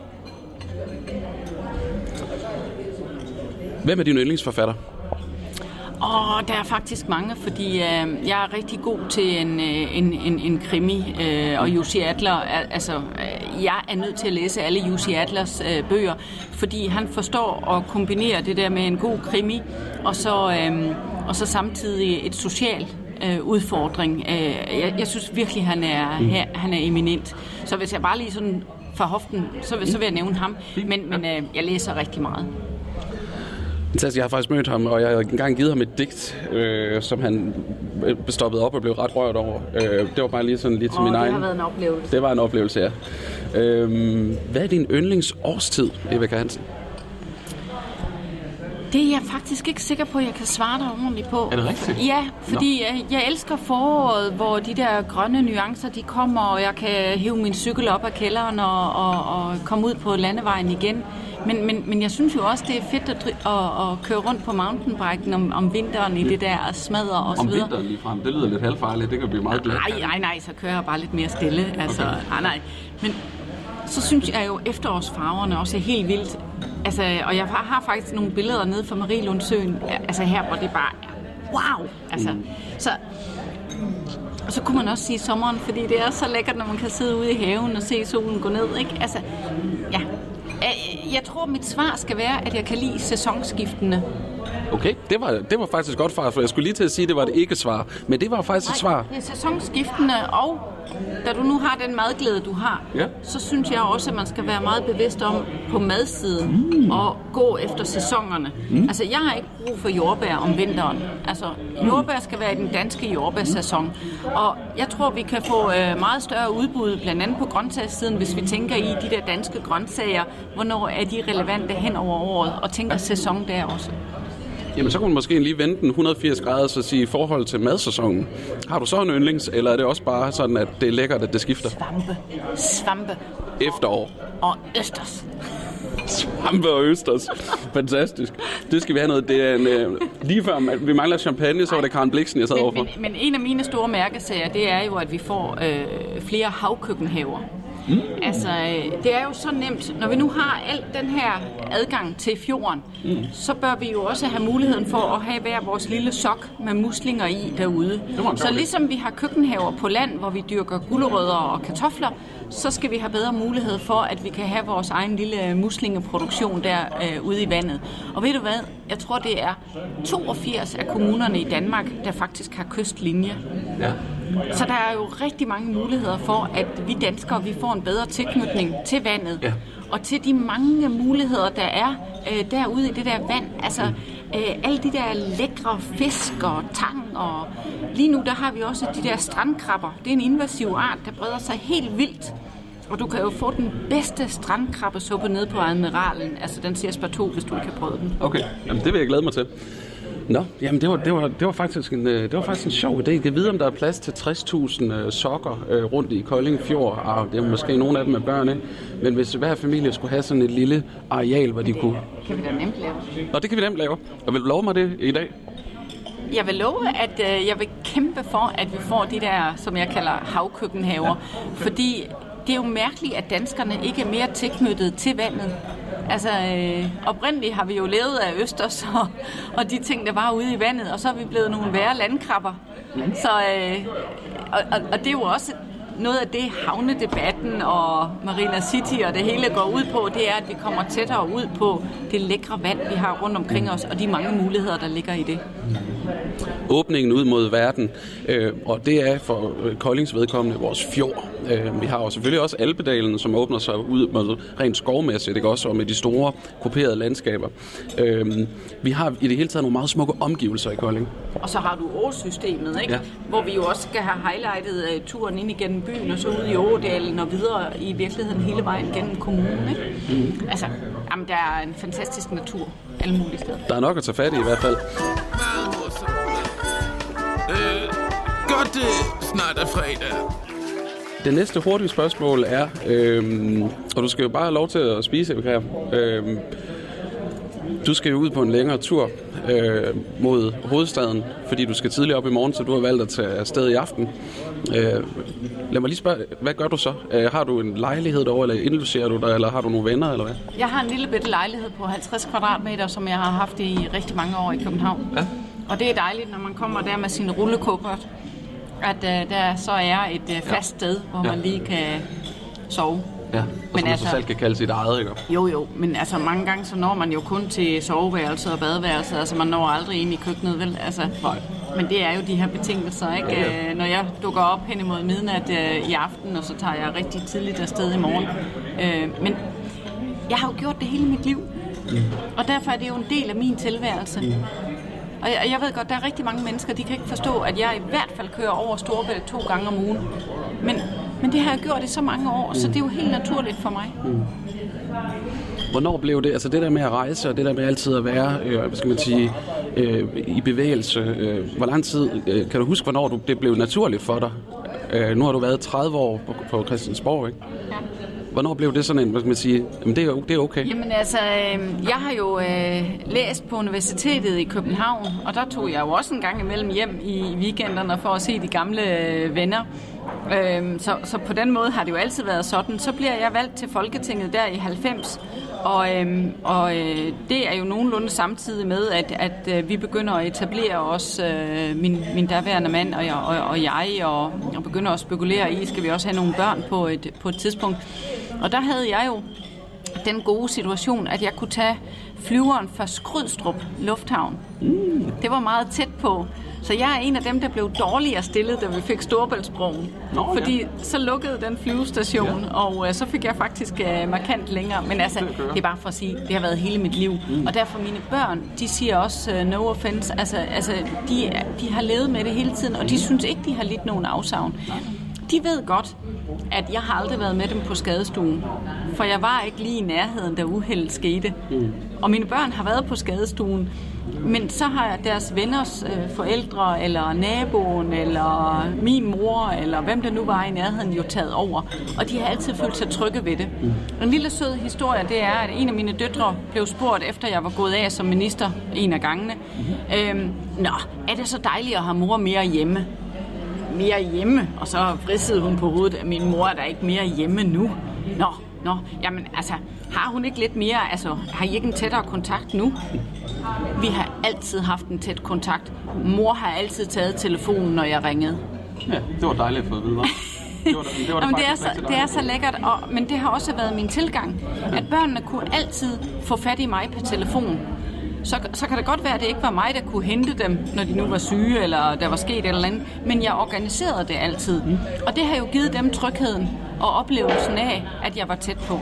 hvem er din yndlingsforfatter? Der er faktisk mange, fordi jeg er rigtig god til en krimi, og Jussi Adler, jeg er nødt til at læse alle Jussi Adlers bøger, fordi han forstår at kombinere det der med en god krimi, og så samtidig et socialt udfordring. Jeg synes virkelig, han er eminent. Så hvis jeg bare lige sådan fra hoften, så vil jeg nævne ham, men jeg læser rigtig meget. Jeg har faktisk mødt ham, og jeg har engang givet ham et digt, som han stoppede op og blev ret rørt over. Det var bare lige sådan lidt til min egen. Det har været en oplevelse. Det var en oplevelse, ja. Hvad er din yndlingsårstid, Ebba Kjær Hansen? Det er jeg faktisk ikke sikker på, at jeg kan svare dig ordentligt på. Er det rigtigt? Ja, fordi jeg elsker foråret, hvor de der grønne nuancer, de kommer, og jeg kan hive min cykel op af kælderen og komme ud på landevejen igen. Men jeg synes jo også, det er fedt at køre rundt på mountainbiken om vinteren i det der smadre og så videre. Om vinteren lige frem, det lyder lidt halvfarligt, det kan blive meget glat. Nej, så kører jeg bare lidt mere stille. Altså, okay. Nej. Men så synes jeg jo, efterårsfarverne også er helt vildt. Altså, og jeg har faktisk nogle billeder nede fra Marielundsøen, altså her, hvor det bare er wow. Altså, og så kunne man også sige sommeren, fordi det er så lækkert, når man kan sidde ude i haven og se solen gå ned, ikke? Altså, ja. Jeg tror, mit svar skal være, at jeg kan lide sæsonskiftene. Okay, det var faktisk godt svar, for jeg skulle lige til at sige, at det var det ikke svar. Men det var faktisk et svar. Det er sæsonskiftene, og da du nu har den madglæde, du har, så synes jeg også, at man skal være meget bevidst om på madsiden og gå efter sæsonerne. Altså, jeg har ikke brug for jordbær om vinteren. Altså, jordbær skal være i den danske jordbærsæson. Og jeg tror, vi kan få meget større udbud, blandt andet på grøntsagssiden, hvis vi tænker i de der danske grøntsager, hvornår er de relevante hen over året, og tænker sæson der også. Jamen, så kunne man måske lige vende den 180 grader, så sige i forhold til madsæsonen. Har du så en yndlings, eller er det også bare sådan, at det er lækkert, at det skifter? Svampe. Efterår. Og østers. Svampe og østers. Fantastisk. Det skal vi have noget. Det er lige før vi mangler champagne, så var det Karen Bliksen, jeg sad overfor. Men en af mine store mærkesager, det er jo, at vi får flere havkøkkenhaver. Altså, det er jo så nemt. Når vi nu har alt den her adgang til fjorden, så bør vi jo også have muligheden for at have hver vores lille sok med muslinger i derude. Så ligesom vi har køkkenhaver på land, hvor vi dyrker gulerødder og kartofler, så skal vi have bedre mulighed for, at vi kan have vores egen lille muslingeproduktion der ude i vandet. Og ved du hvad? Jeg tror, det er 82 af kommunerne i Danmark, der faktisk har kystlinje. Ja. Så der er jo rigtig mange muligheder for, at vi danskere vi får en bedre tilknytning til vandet. Ja. Og til de mange muligheder, der er derude i det der vand. Altså alle de der lækre fisk og tang. Og lige nu der har vi også de der strandkrabber. Det er en invasiv art, der breder sig helt vildt. Og du kan jo få den bedste strandkrabbesuppe nede på Admiralen. Altså den siger Spar 2, hvis du ikke har prøvet den. Okay, jamen, det vil jeg glæde mig til. Nå, jamen det var faktisk en sjov idé. Jeg kan vide, om der er plads til 60.000 sokker rundt i Kolding Fjord. Og det er måske nogle af dem med børn, ikke? Men hvis hver familie skulle have sådan et lille areal, hvor de kunne... Kan vi da nemt lave. Og det kan vi nemt lave. Og vil du love mig det i dag? Jeg vil love, at jeg vil kæmpe for, at vi får de der, som jeg kalder havkøkkenhaver. Ja. Fordi det er jo mærkeligt, at danskerne ikke er mere tilknyttet til vandet. Altså, oprindeligt har vi jo levet af østers og de ting, der var ude i vandet, og så er vi blevet nogle værre landkrabber. Så, og det er jo også noget af det, havnedebatten og Marina City og det hele går ud på, det er, at vi kommer tættere ud på det lækre vand, vi har rundt omkring os, og de mange muligheder, der ligger i det. Åbningen ud mod verden, og det er for Koldings vedkommende vores fjord. Vi har jo selvfølgelig også Alpedalen, som åbner sig ud med rent skovmæssigt, ikke også, og med de store kuperede landskaber. Vi har i det hele taget nogle meget smukke omgivelser i Kolding. Og så har du Åsystemet, ikke? Ja. Hvor vi jo også skal have highlightet turen ind igennem byen, og så ud i Ådalen og videre i virkeligheden hele vejen gennem kommunen, ikke? Altså, jamen, der er en fantastisk natur alle mulige steder. Der er nok at tage fat i hvert fald. Godt det snart er fredag. Det næste hurtige spørgsmål er, og du skal jo bare have lov til at spise, Vikar. Du skal jo ud på en længere tur mod hovedstaden, fordi du skal tidligere op i morgen, så du har valgt at tage afsted i aften. Lad mig lige spørge, hvad gør du så? Har du en lejlighed derovre, eller indlogerer du dig, eller har du nogle venner, eller hvad? Jeg har en lille bitte lejlighed på 50 kvadratmeter, som jeg har haft i rigtig mange år i København. Ja. Og det er dejligt, når man kommer der med sin rullekuffert, at der så er et fast sted, hvor man lige kan sove. Ja, og men altså, selv kan kalde sit eget, ikke? Jo, men altså mange gange så når man jo kun til soveværelset og badeværelset, altså man når aldrig ind i køkkenet, vel? Altså, nej. Men det er jo de her betingelser, ikke? Ja. Når jeg dukker op hen imod midnat i aften, og så tager jeg rigtig tidligt afsted i morgen. Men jeg har jo gjort det hele mit liv, og derfor er det jo en del af min tilværelse. Og jeg ved godt, der er rigtig mange mennesker, de kan ikke forstå, at jeg i hvert fald kører over Storebælt 2 gange om ugen. Men det har jeg gjort i så mange år, så det er jo helt naturligt for mig. Hvornår blev det, altså det der med at rejse, og det der med altid at være, hvad skal man sige, i bevægelse, hvor lang tid, kan du huske, hvornår det blev naturligt for dig? Nu har du været 30 år på Christiansborg, ikke? Ja. Hvornår blev det sådan en, hvad skal man sige, jamen det er okay? Jamen altså, jeg har jo læst på universitetet i København, og der tog jeg jo også en gang imellem hjem i weekenderne for at se de gamle venner. Så på den måde har det jo altid været sådan. Så bliver jeg valgt til Folketinget der i 90, og det er jo nogenlunde samtidig med, at vi begynder at etablere os, min daværende mand og jeg, og begynder at spekulere i, skal vi også have nogle børn på et tidspunkt. Og der havde jeg jo den gode situation, at jeg kunne tage flyveren fra Skrydstrup Lufthavn. Det var meget tæt på. Så jeg er en af dem, der blev dårligere stillet, da vi fik Storebæltsbroen. Fordi så lukkede den flyvestation, og så fik jeg faktisk markant længere. Men altså, det er bare for at sige, det har været hele mit liv. Og derfor mine børn, de siger også no offense. Altså de har levet med det hele tiden, og de synes ikke, de har lidt nogen afsavn. De ved godt, at jeg har aldrig været med dem på skadestuen, for jeg var ikke lige i nærheden, da uheldet skete. Og mine børn har været på skadestuen, men så har deres venners forældre, eller naboen, eller min mor, eller hvem der nu var i nærheden, jo taget over. Og de har altid følt sig trygge ved det. En lille sød historie, det er, at en af mine døtre blev spurgt, efter jeg var gået af som minister en af gangene. Er det så dejligt at have mor mere hjemme? mere hjemme, og så vridsede hun på hovedet, at min mor er der ikke mere hjemme nu. Nå, jamen altså, har hun ikke lidt mere, altså, har I ikke en tættere kontakt nu? Vi har altid haft en tæt kontakt. Mor har altid taget telefonen, når jeg ringede. Ja, det var dejligt at få at vide, det er så lækkert, men det har også været min tilgang, at børnene kunne altid få fat i mig på telefon. Så kan det godt være, at det ikke var mig, der kunne hente dem, når de nu var syge, eller der var sket et eller andet. Men jeg organiserede det altid. Og det har jo givet dem trygheden og oplevelsen af, at jeg var tæt på.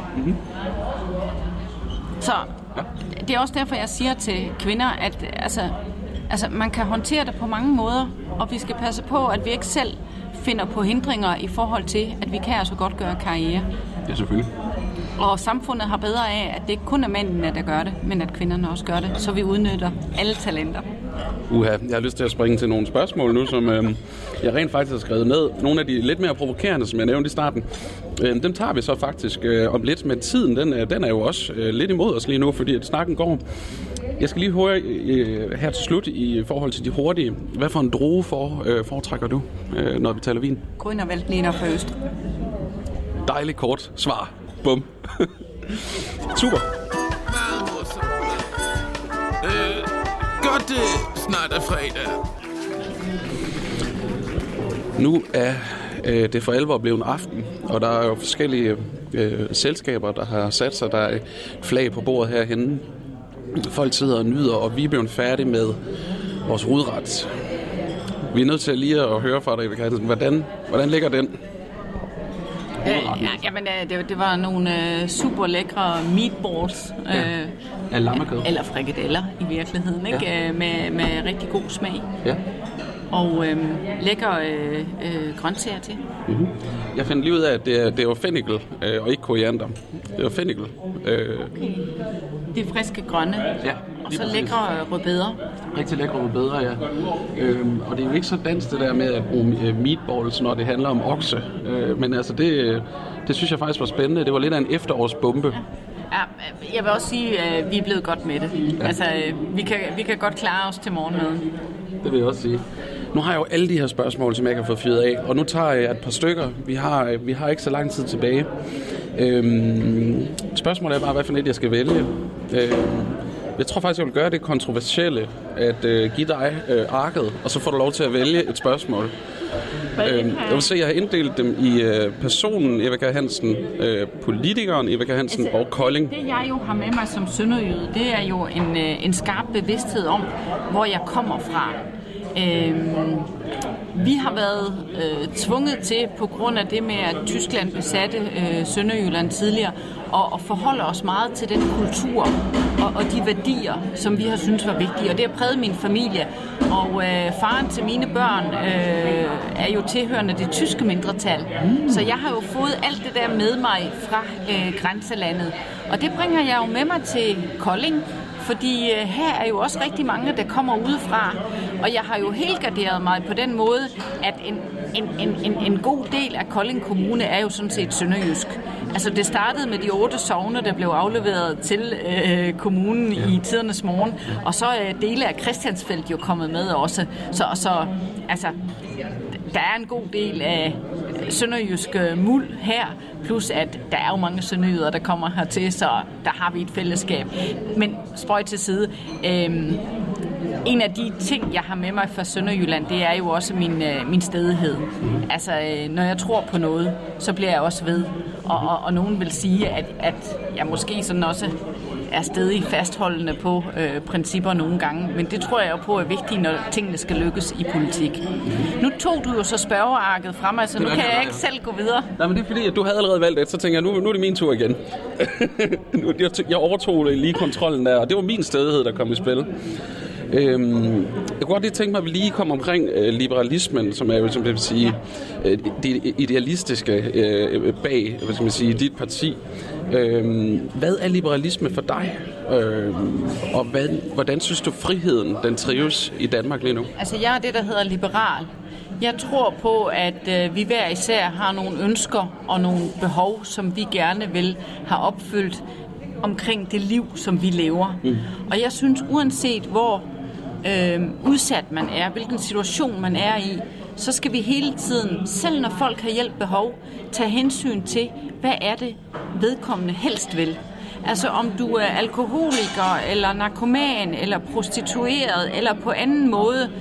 Så det er også derfor, jeg siger til kvinder, at altså, man kan håndtere det på mange måder, og vi skal passe på, at vi ikke selv finder på hindringer i forhold til, at vi kan altså godt gøre karriere. Ja, selvfølgelig. Og samfundet har bedre af, at det ikke kun er mændene, der gør det, men at kvinderne også gør det, så vi udnytter alle talenter. Jeg har lyst til at springe til nogle spørgsmål nu, som jeg rent faktisk har skrevet ned. Nogle af de lidt mere provokerende, som jeg nævnte i starten, dem tager vi så faktisk om lidt, men tiden den er jo også lidt imod os lige nu, fordi at snakken går. Jeg skal lige høre her til slut i forhold til de hurtige. Hvad for en droge foretrækker du, når vi taler vin? Grønner Veltliner for Øst. Dejligt kort svar. Bum. Super. Meget morsomt. Godt, snart er fredag. Nu er det for alvor blevet en aften, og der er jo forskellige selskaber, der har sat sig. Der er et flag på bordet herhenne. Folk sidder og nyder, og vi er blevet færdige med vores hovedret. Vi er nødt til lige at høre fra dig, hvordan ligger den? Jamen, det var nogle super lækre meatballs. Af lammekød. Eller frikadeller i virkeligheden, ikke? Ja. Med rigtig god smag. Ja. Og lækker grøntsager til. Mm-hmm. Jeg fandt lige ud af, at det var fennikel og ikke koriander. Det var fennikel. Okay. Det er friske grønne. Ja. Og så lækre rødbeder. Rigtig lækre rødbeder, ja. Og det er jo ikke så dansk det der med at bruge meatballs, når det handler om okse. Men altså det synes jeg faktisk var spændende. Det var lidt af en efterårsbombe. Ja. Ja, jeg vil også sige, at vi er blevet godt med det. Ja. Altså, vi kan godt klare os til morgenmaden. Det vil jeg også sige. Nu har jeg jo alle de her spørgsmål, som jeg kan få fyret af, og nu tager jeg et par stykker. Vi har ikke så lang tid tilbage. Spørgsmålet er bare, hvad for et jeg skal vælge. Jeg tror faktisk, jeg vil gøre det kontroversielle, at give dig arket, og så får du lov til at vælge et spørgsmål. Jeg vil se, at jeg har inddelt dem i personen Eva Kjær Hansen, politikeren Eva Kjær Hansen og Kolding. Det jeg jo har med mig som sønderjyde, det er jo en skarp bevidsthed om, hvor jeg kommer fra. Vi har været tvunget til, på grund af det med, at Tyskland besatte Sønderjylland tidligere, og forholde os meget til den kultur og de værdier, som vi har syntes var vigtige. Og det har præget min familie. Og faren til mine børn er jo tilhørende det tyske mindretal. Så jeg har jo fået alt det der med mig fra grænselandet. Og det bringer jeg jo med mig til Kolding. Fordi her er jo også rigtig mange, der kommer udefra. Og jeg har jo helgarderet mig på den måde, at en god del af Kolding Kommune er jo sådan set sønderjysk. Altså det startede med de 8 sogne, der blev afleveret til kommunen i tidernes morgen. Og så er dele af Christiansfeld jo kommet med også. Så altså, der er en god del af sønderjysk muld her, plus at der er jo mange sønderjyder, der kommer hertil, så der har vi et fællesskab. Men spøj til side. En af de ting, jeg har med mig fra Sønderjylland, det er jo også min stædighed. Altså, når jeg tror på noget, så bliver jeg også ved. Og nogen vil sige, at jeg måske sådan også er stædig fastholdende på principper nogle gange. Men det tror jeg jo på er vigtigt, når tingene skal lykkes i politik. Nu tog du jo så spørgearket fra mig, så nu kan jeg ikke selv gå videre. Nej, men det er fordi, at du havde allerede valgt et, så tænker jeg, nu er det min tur igen. Jeg overtog lige kontrollen der, og det var min stædighed, der kom i spil. Jeg kunne godt lige tænke mig, at vi lige kommer omkring liberalismen, som er jo, som det vil sige, det idealistiske bag, hvad skal man sige, dit parti. Hvad er liberalisme for dig? Og hvordan synes du, friheden den trives i Danmark lige nu? Altså, jeg er det, der hedder liberal. Jeg tror på, at vi hver især har nogle ønsker og nogle behov, som vi gerne vil have opfyldt omkring det liv, som vi lever. Og jeg synes, uanset hvor udsat man er, hvilken situation man er i, så skal vi hele tiden, selv når folk har hjælp behov, tage hensyn til, hvad er det vedkommende helst vil. Altså om du er alkoholiker, eller narkoman, eller prostitueret, eller på anden måde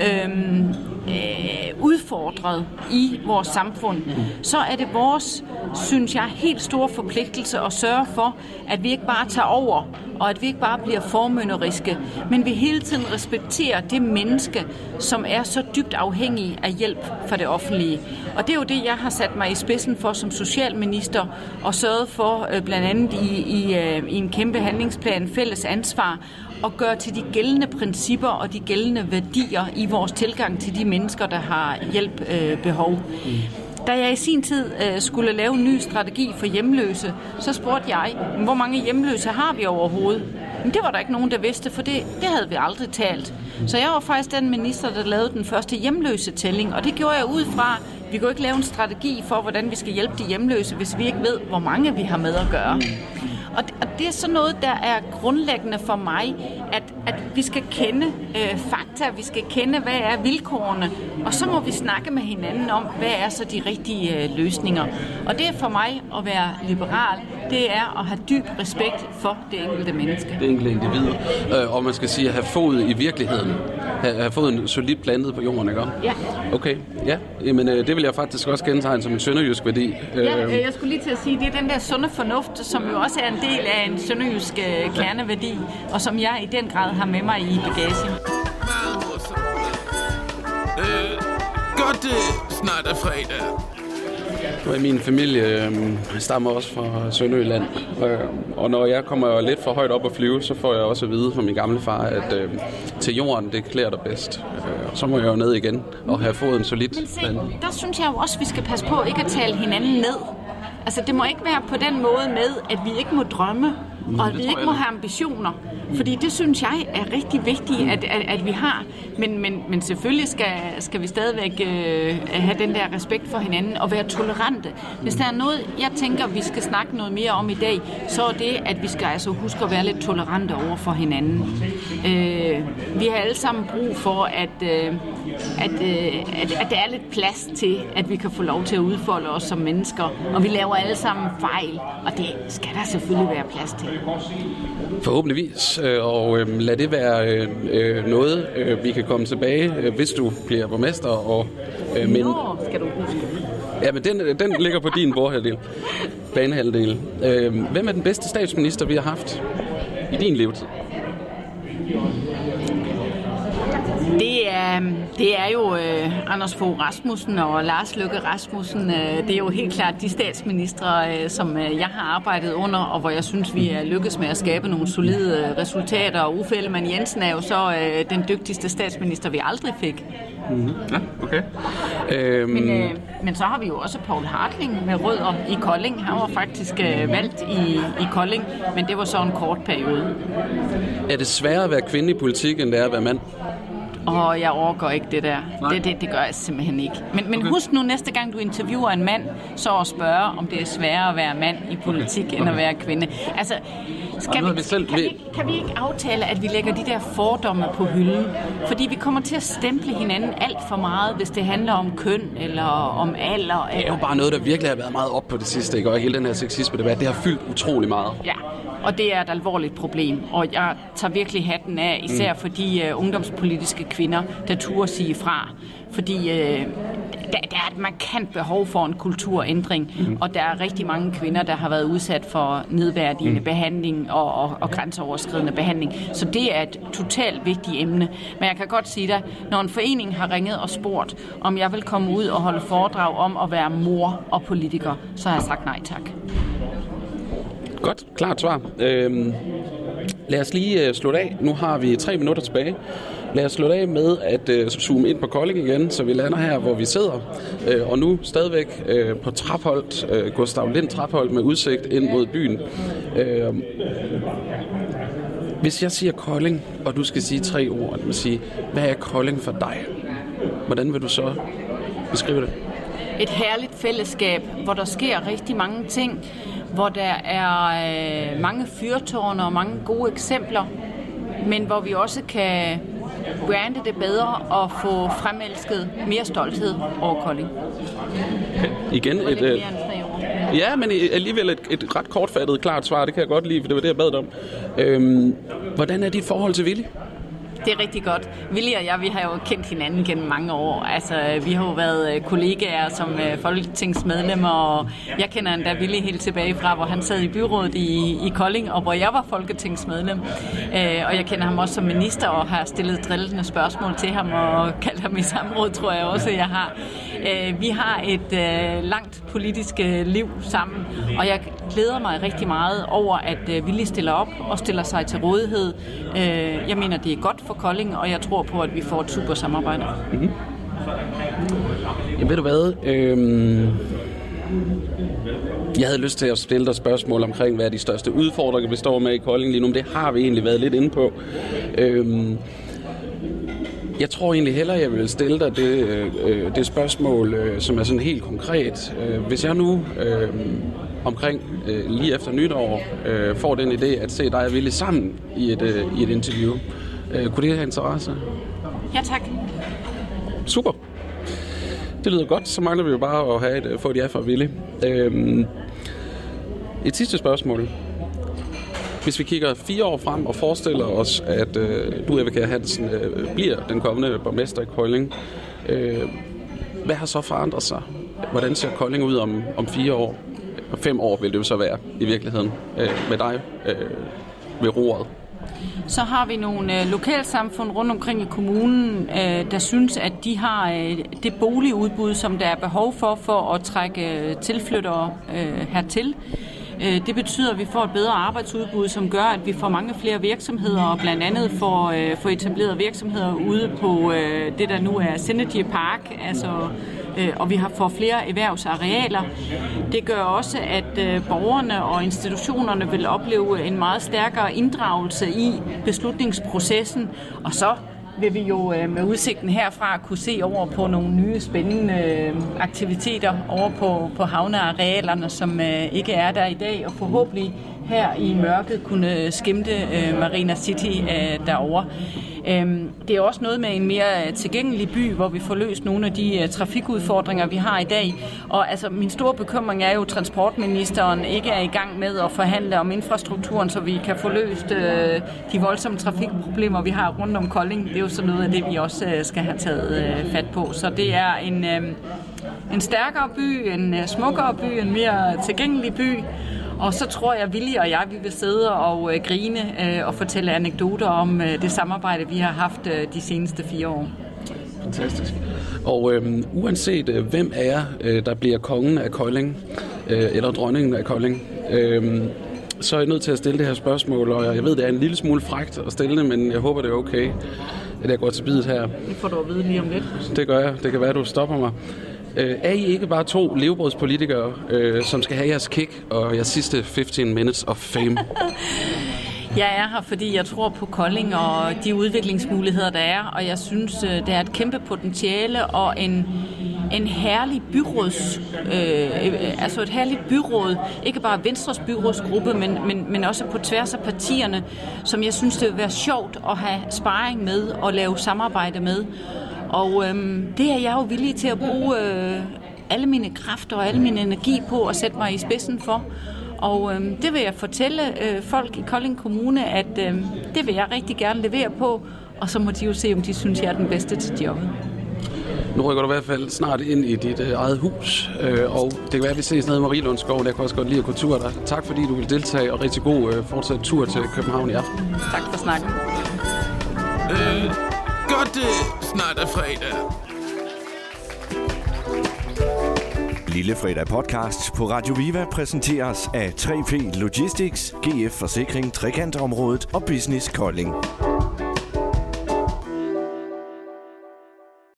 udfordret i vores samfund, så er det vores, synes jeg, helt store forpligtelse at sørge for, at vi ikke bare tager over, og at vi ikke bare bliver formynderiske, men vi hele tiden respekterer det menneske, som er så dybt afhængig af hjælp fra det offentlige. Og det er jo det, jeg har sat mig i spidsen for som socialminister, og sørget for blandt andet i en kæmpe handlingsplan, fælles ansvar, og gøre til de gældende principper og de gældende værdier i vores tilgang til de mennesker, der har hjælp behov. Da jeg i sin tid skulle lave en ny strategi for hjemløse, så spurgte jeg, hvor mange hjemløse har vi overhovedet? Men det var der ikke nogen, der vidste, for det havde vi aldrig talt. Så jeg var faktisk den minister, der lavede den første hjemløse-tælling, og det gjorde jeg ud fra, vi kan jo ikke lave en strategi for, hvordan vi skal hjælpe de hjemløse, hvis vi ikke ved, hvor mange vi har med at gøre. Og det er sådan noget, der er grundlæggende for mig, at vi skal kende fakta, vi skal kende, hvad er vilkårene, og så må vi snakke med hinanden om, hvad er så de rigtige løsninger. Og det er for mig at være liberal, det er at have dyb respekt for det enkelte menneske. Det enkelte individ, og man skal sige at have fod i virkeligheden, have foden solidt plantet på jorden, ikke? Ja. Okay, ja. Jamen, det vil jeg faktisk også kendetegne som en sønderjysk værdi. Ja, jeg skulle lige til at sige, det er den der sunde fornuft, som jo også er en del af en sønderjysk kerneværdi, og som jeg i den grad har med mig i bagagen. Godt, snart er fredag. Min familie stammer også fra Sønderjylland, og når jeg kommer lidt for højt op at flyve, så får jeg også at vide fra min gamle far, at til jorden, det klæder dig bedst. Så må jeg jo ned igen og have foden solidt. Men se, der synes jeg jo også, at vi skal passe på ikke at tale hinanden ned. Altså, det må ikke være på den måde med, at vi ikke må drømme, og at vi ikke må have ambitioner. Fordi det synes jeg er rigtig vigtigt, at vi har. Men selvfølgelig skal vi stadigvæk have den der respekt for hinanden og være tolerante. Hvis der er noget, jeg tænker, vi skal snakke noget mere om i dag, så er det, at vi skal altså huske at være lidt tolerante over for hinanden. Vi har alle sammen brug for, at der er lidt plads til, at vi kan få lov til at udfolde os som mennesker. Og vi laver alle sammen fejl, og det skal der selvfølgelig være plads til. Forhåbentligvis, og lad det være noget, vi kan komme tilbage, hvis du bliver borgmester. Og, skal du huske. Ja, men den ligger på din banehalvdel. Hvem er den bedste statsminister, vi har haft i din levetid? Det er jo Anders Fogh Rasmussen og Lars Løkke Rasmussen. Det er jo helt klart de statsministre, som jeg har arbejdet under, og hvor jeg synes, vi er lykkes med at skabe nogle solide resultater. Og Uffe Ellemann-Jensen er jo så den dygtigste statsminister, vi aldrig fik. Mm-hmm. Ja, okay. Men så har vi jo også Poul Hartling med rødder i Kolding. Han var faktisk valgt i Kolding, men det var så en kort periode. Er det sværere at være kvinde i politik, end det er at være mand? Og jeg overgår ikke det der. Det gør jeg simpelthen ikke. Men okay. Husk nu næste gang du interviewer en mand, så at spørge, om det er sværere at være mand i politik, end at være kvinde. Altså, kan vi ikke aftale, at vi lægger de der fordomme på hylden? Fordi vi kommer til at stemple hinanden alt for meget, hvis det handler om køn eller om alder. Det er jo bare noget, der virkelig har været meget op på det sidste, ikke? Og hele den her sexisme-debat, det har fyldt utrolig meget. Ja. Og det er et alvorligt problem, og jeg tager virkelig hatten af, især for de ungdomspolitiske kvinder, der turde sige fra. Fordi der er et markant behov for en kulturændring, og der er rigtig mange kvinder, der har været udsat for nedværdigende behandling og grænseoverskridende behandling. Så det er et totalt vigtigt emne. Men jeg kan godt sige dig, når en forening har ringet og spurgt, om jeg vil komme ud og holde foredrag om at være mor og politiker, så har jeg sagt nej tak. Godt, klart svar. Lad os lige slutte af. Nu har vi 3 minutter tilbage. Lad os slutte af med at zoome ind på Kolding igen, så vi lander her, hvor vi sidder. Og nu stadigvæk på Trapholt, Gustav Lind Trapholt med udsigt ind mod byen. Hvis jeg siger Kolding, og du skal sige 3 ord, det vil sige, hvad er Kolding for dig? Hvordan vil du så beskrive det? Et herligt fællesskab, hvor der sker rigtig mange ting, hvor der er mange fyrtårne og mange gode eksempler, men hvor vi også kan brande det bedre og få fremelsket mere stolthed over Kolding. Okay. Igen et... Ja, men alligevel et ret kortfattet, klart svar. Det kan jeg godt lide, for det var det, jeg bad dig om. Hvordan er dit forhold til Willy? Det er rigtig godt. Willy og jeg, vi har jo kendt hinanden gennem mange år. Altså, vi har jo været kollegaer som folketingsmedlemmer, og jeg kender endda Willy helt tilbage fra, hvor han sad i byrådet i Kolding, og hvor jeg var folketingsmedlem. Og jeg kender ham også som minister, og har stillet drillende spørgsmål til ham, og kaldt ham i samråd, tror jeg også, jeg har. Vi har et langt politisk liv sammen, og jeg glæder mig rigtig meget over, at Willy stiller op og stiller sig til rådighed. Jeg mener, det er godt for Kolding, og jeg tror på, at vi får et super samarbejde. Mm-hmm. Jamen, ved du hvad? Jeg havde lyst til at stille dig spørgsmål omkring, hvad er de største udfordringer, vi står med i Kolding lige nu. Det har vi egentlig været lidt inde på. Jeg tror egentlig hellere, jeg vil stille dig det spørgsmål, som er sådan helt konkret. Hvis jeg nu omkring lige efter nytår får den idé at se dig og Willy sammen i et interview, kunne det have interesse? Ja, tak. Super. Det lyder godt, så mangler vi jo bare at få et ja fra Willy. Et sidste spørgsmål. Hvis vi kigger 4 år frem og forestiller os, at du, Eva Kjær Hansen, bliver den kommende borgmester i Kolding, hvad har så forandret sig? Hvordan ser Kolding ud om 4 år? 5 år vil det jo så være i virkeligheden med dig ved roret. Så har vi nogle lokalsamfund rundt omkring i kommunen, der synes, at de har det boligudbud, som der er behov for at trække tilflyttere hertil. Det betyder, at vi får et bedre arbejdsudbud, som gør, at vi får mange flere virksomheder, og blandt andet får etableret virksomheder ude på det, der nu er Synergy Park, og vi får flere erhvervsarealer. Det gør også, at borgerne og institutionerne vil opleve en meget stærkere inddragelse i beslutningsprocessen, og så vil vi jo med udsigten herfra kunne se over på nogle nye spændende aktiviteter over på havnearealerne, som ikke er der i dag, og forhåbentlig her i mørket kunne skimte Marina City derovre. Det er også noget med en mere tilgængelig by, hvor vi får løst nogle af de trafikudfordringer, vi har i dag. Og altså, min store bekymring er jo, at transportministeren ikke er i gang med at forhandle om infrastrukturen, så vi kan få løst de voldsomme trafikproblemer, vi har rundt om Kolding. Det er jo sådan noget af det, vi også skal have taget fat på. Så det er en stærkere by, en smukkere by, en mere tilgængelig by. Og så tror jeg, Willy og jeg, vi vil sidde og grine og fortælle anekdoter om det samarbejde, vi har haft de seneste 4 år. Fantastisk. Og uanset hvem af jer, der bliver kongen af Kolding, eller dronningen af Kolding, så er jeg nødt til at stille det her spørgsmål, og jeg ved, det er en lille smule frækt at stille det, men jeg håber, det er okay, at jeg går til bidet her. Det får du at vide lige om lidt. Det gør jeg. Det kan være, at du stopper mig. Er I ikke bare 2 levebrødspolitikere, som skal have jeres kick og jeres sidste 15 minutes of fame? Jeg er her, fordi jeg tror på Kolding og de udviklingsmuligheder, der er, og jeg synes, der er et kæmpe potentiale og en herlig byråds, altså et herligt byråd, ikke bare Venstres byrådsgruppe, men også på tværs af partierne, som jeg synes, det vil være sjovt at have sparring med og lave samarbejde med. Og det er jeg jo villig til at bruge alle mine kræfter og alle min energi på at sætte mig i spidsen for. Og det vil jeg fortælle folk i Kolding Kommune, at det vil jeg rigtig gerne levere på, og så må de jo se, om de synes, jeg er den bedste til jobbet. Nu rykker du i hvert fald snart ind i dit eget hus, og det kan være, at vi ses nede i Marielundsskoven. Jeg kan også godt lide at gå tur der. Tak fordi du vil deltage, og rigtig god fortsat tur til København i aften. Tak for snakken. Godt, snart er fredag. Lille Fredag podcast på Radio Viva præsenteres af 3P Logistics, GF Forsikring, Trekantområdet og Business Kolding.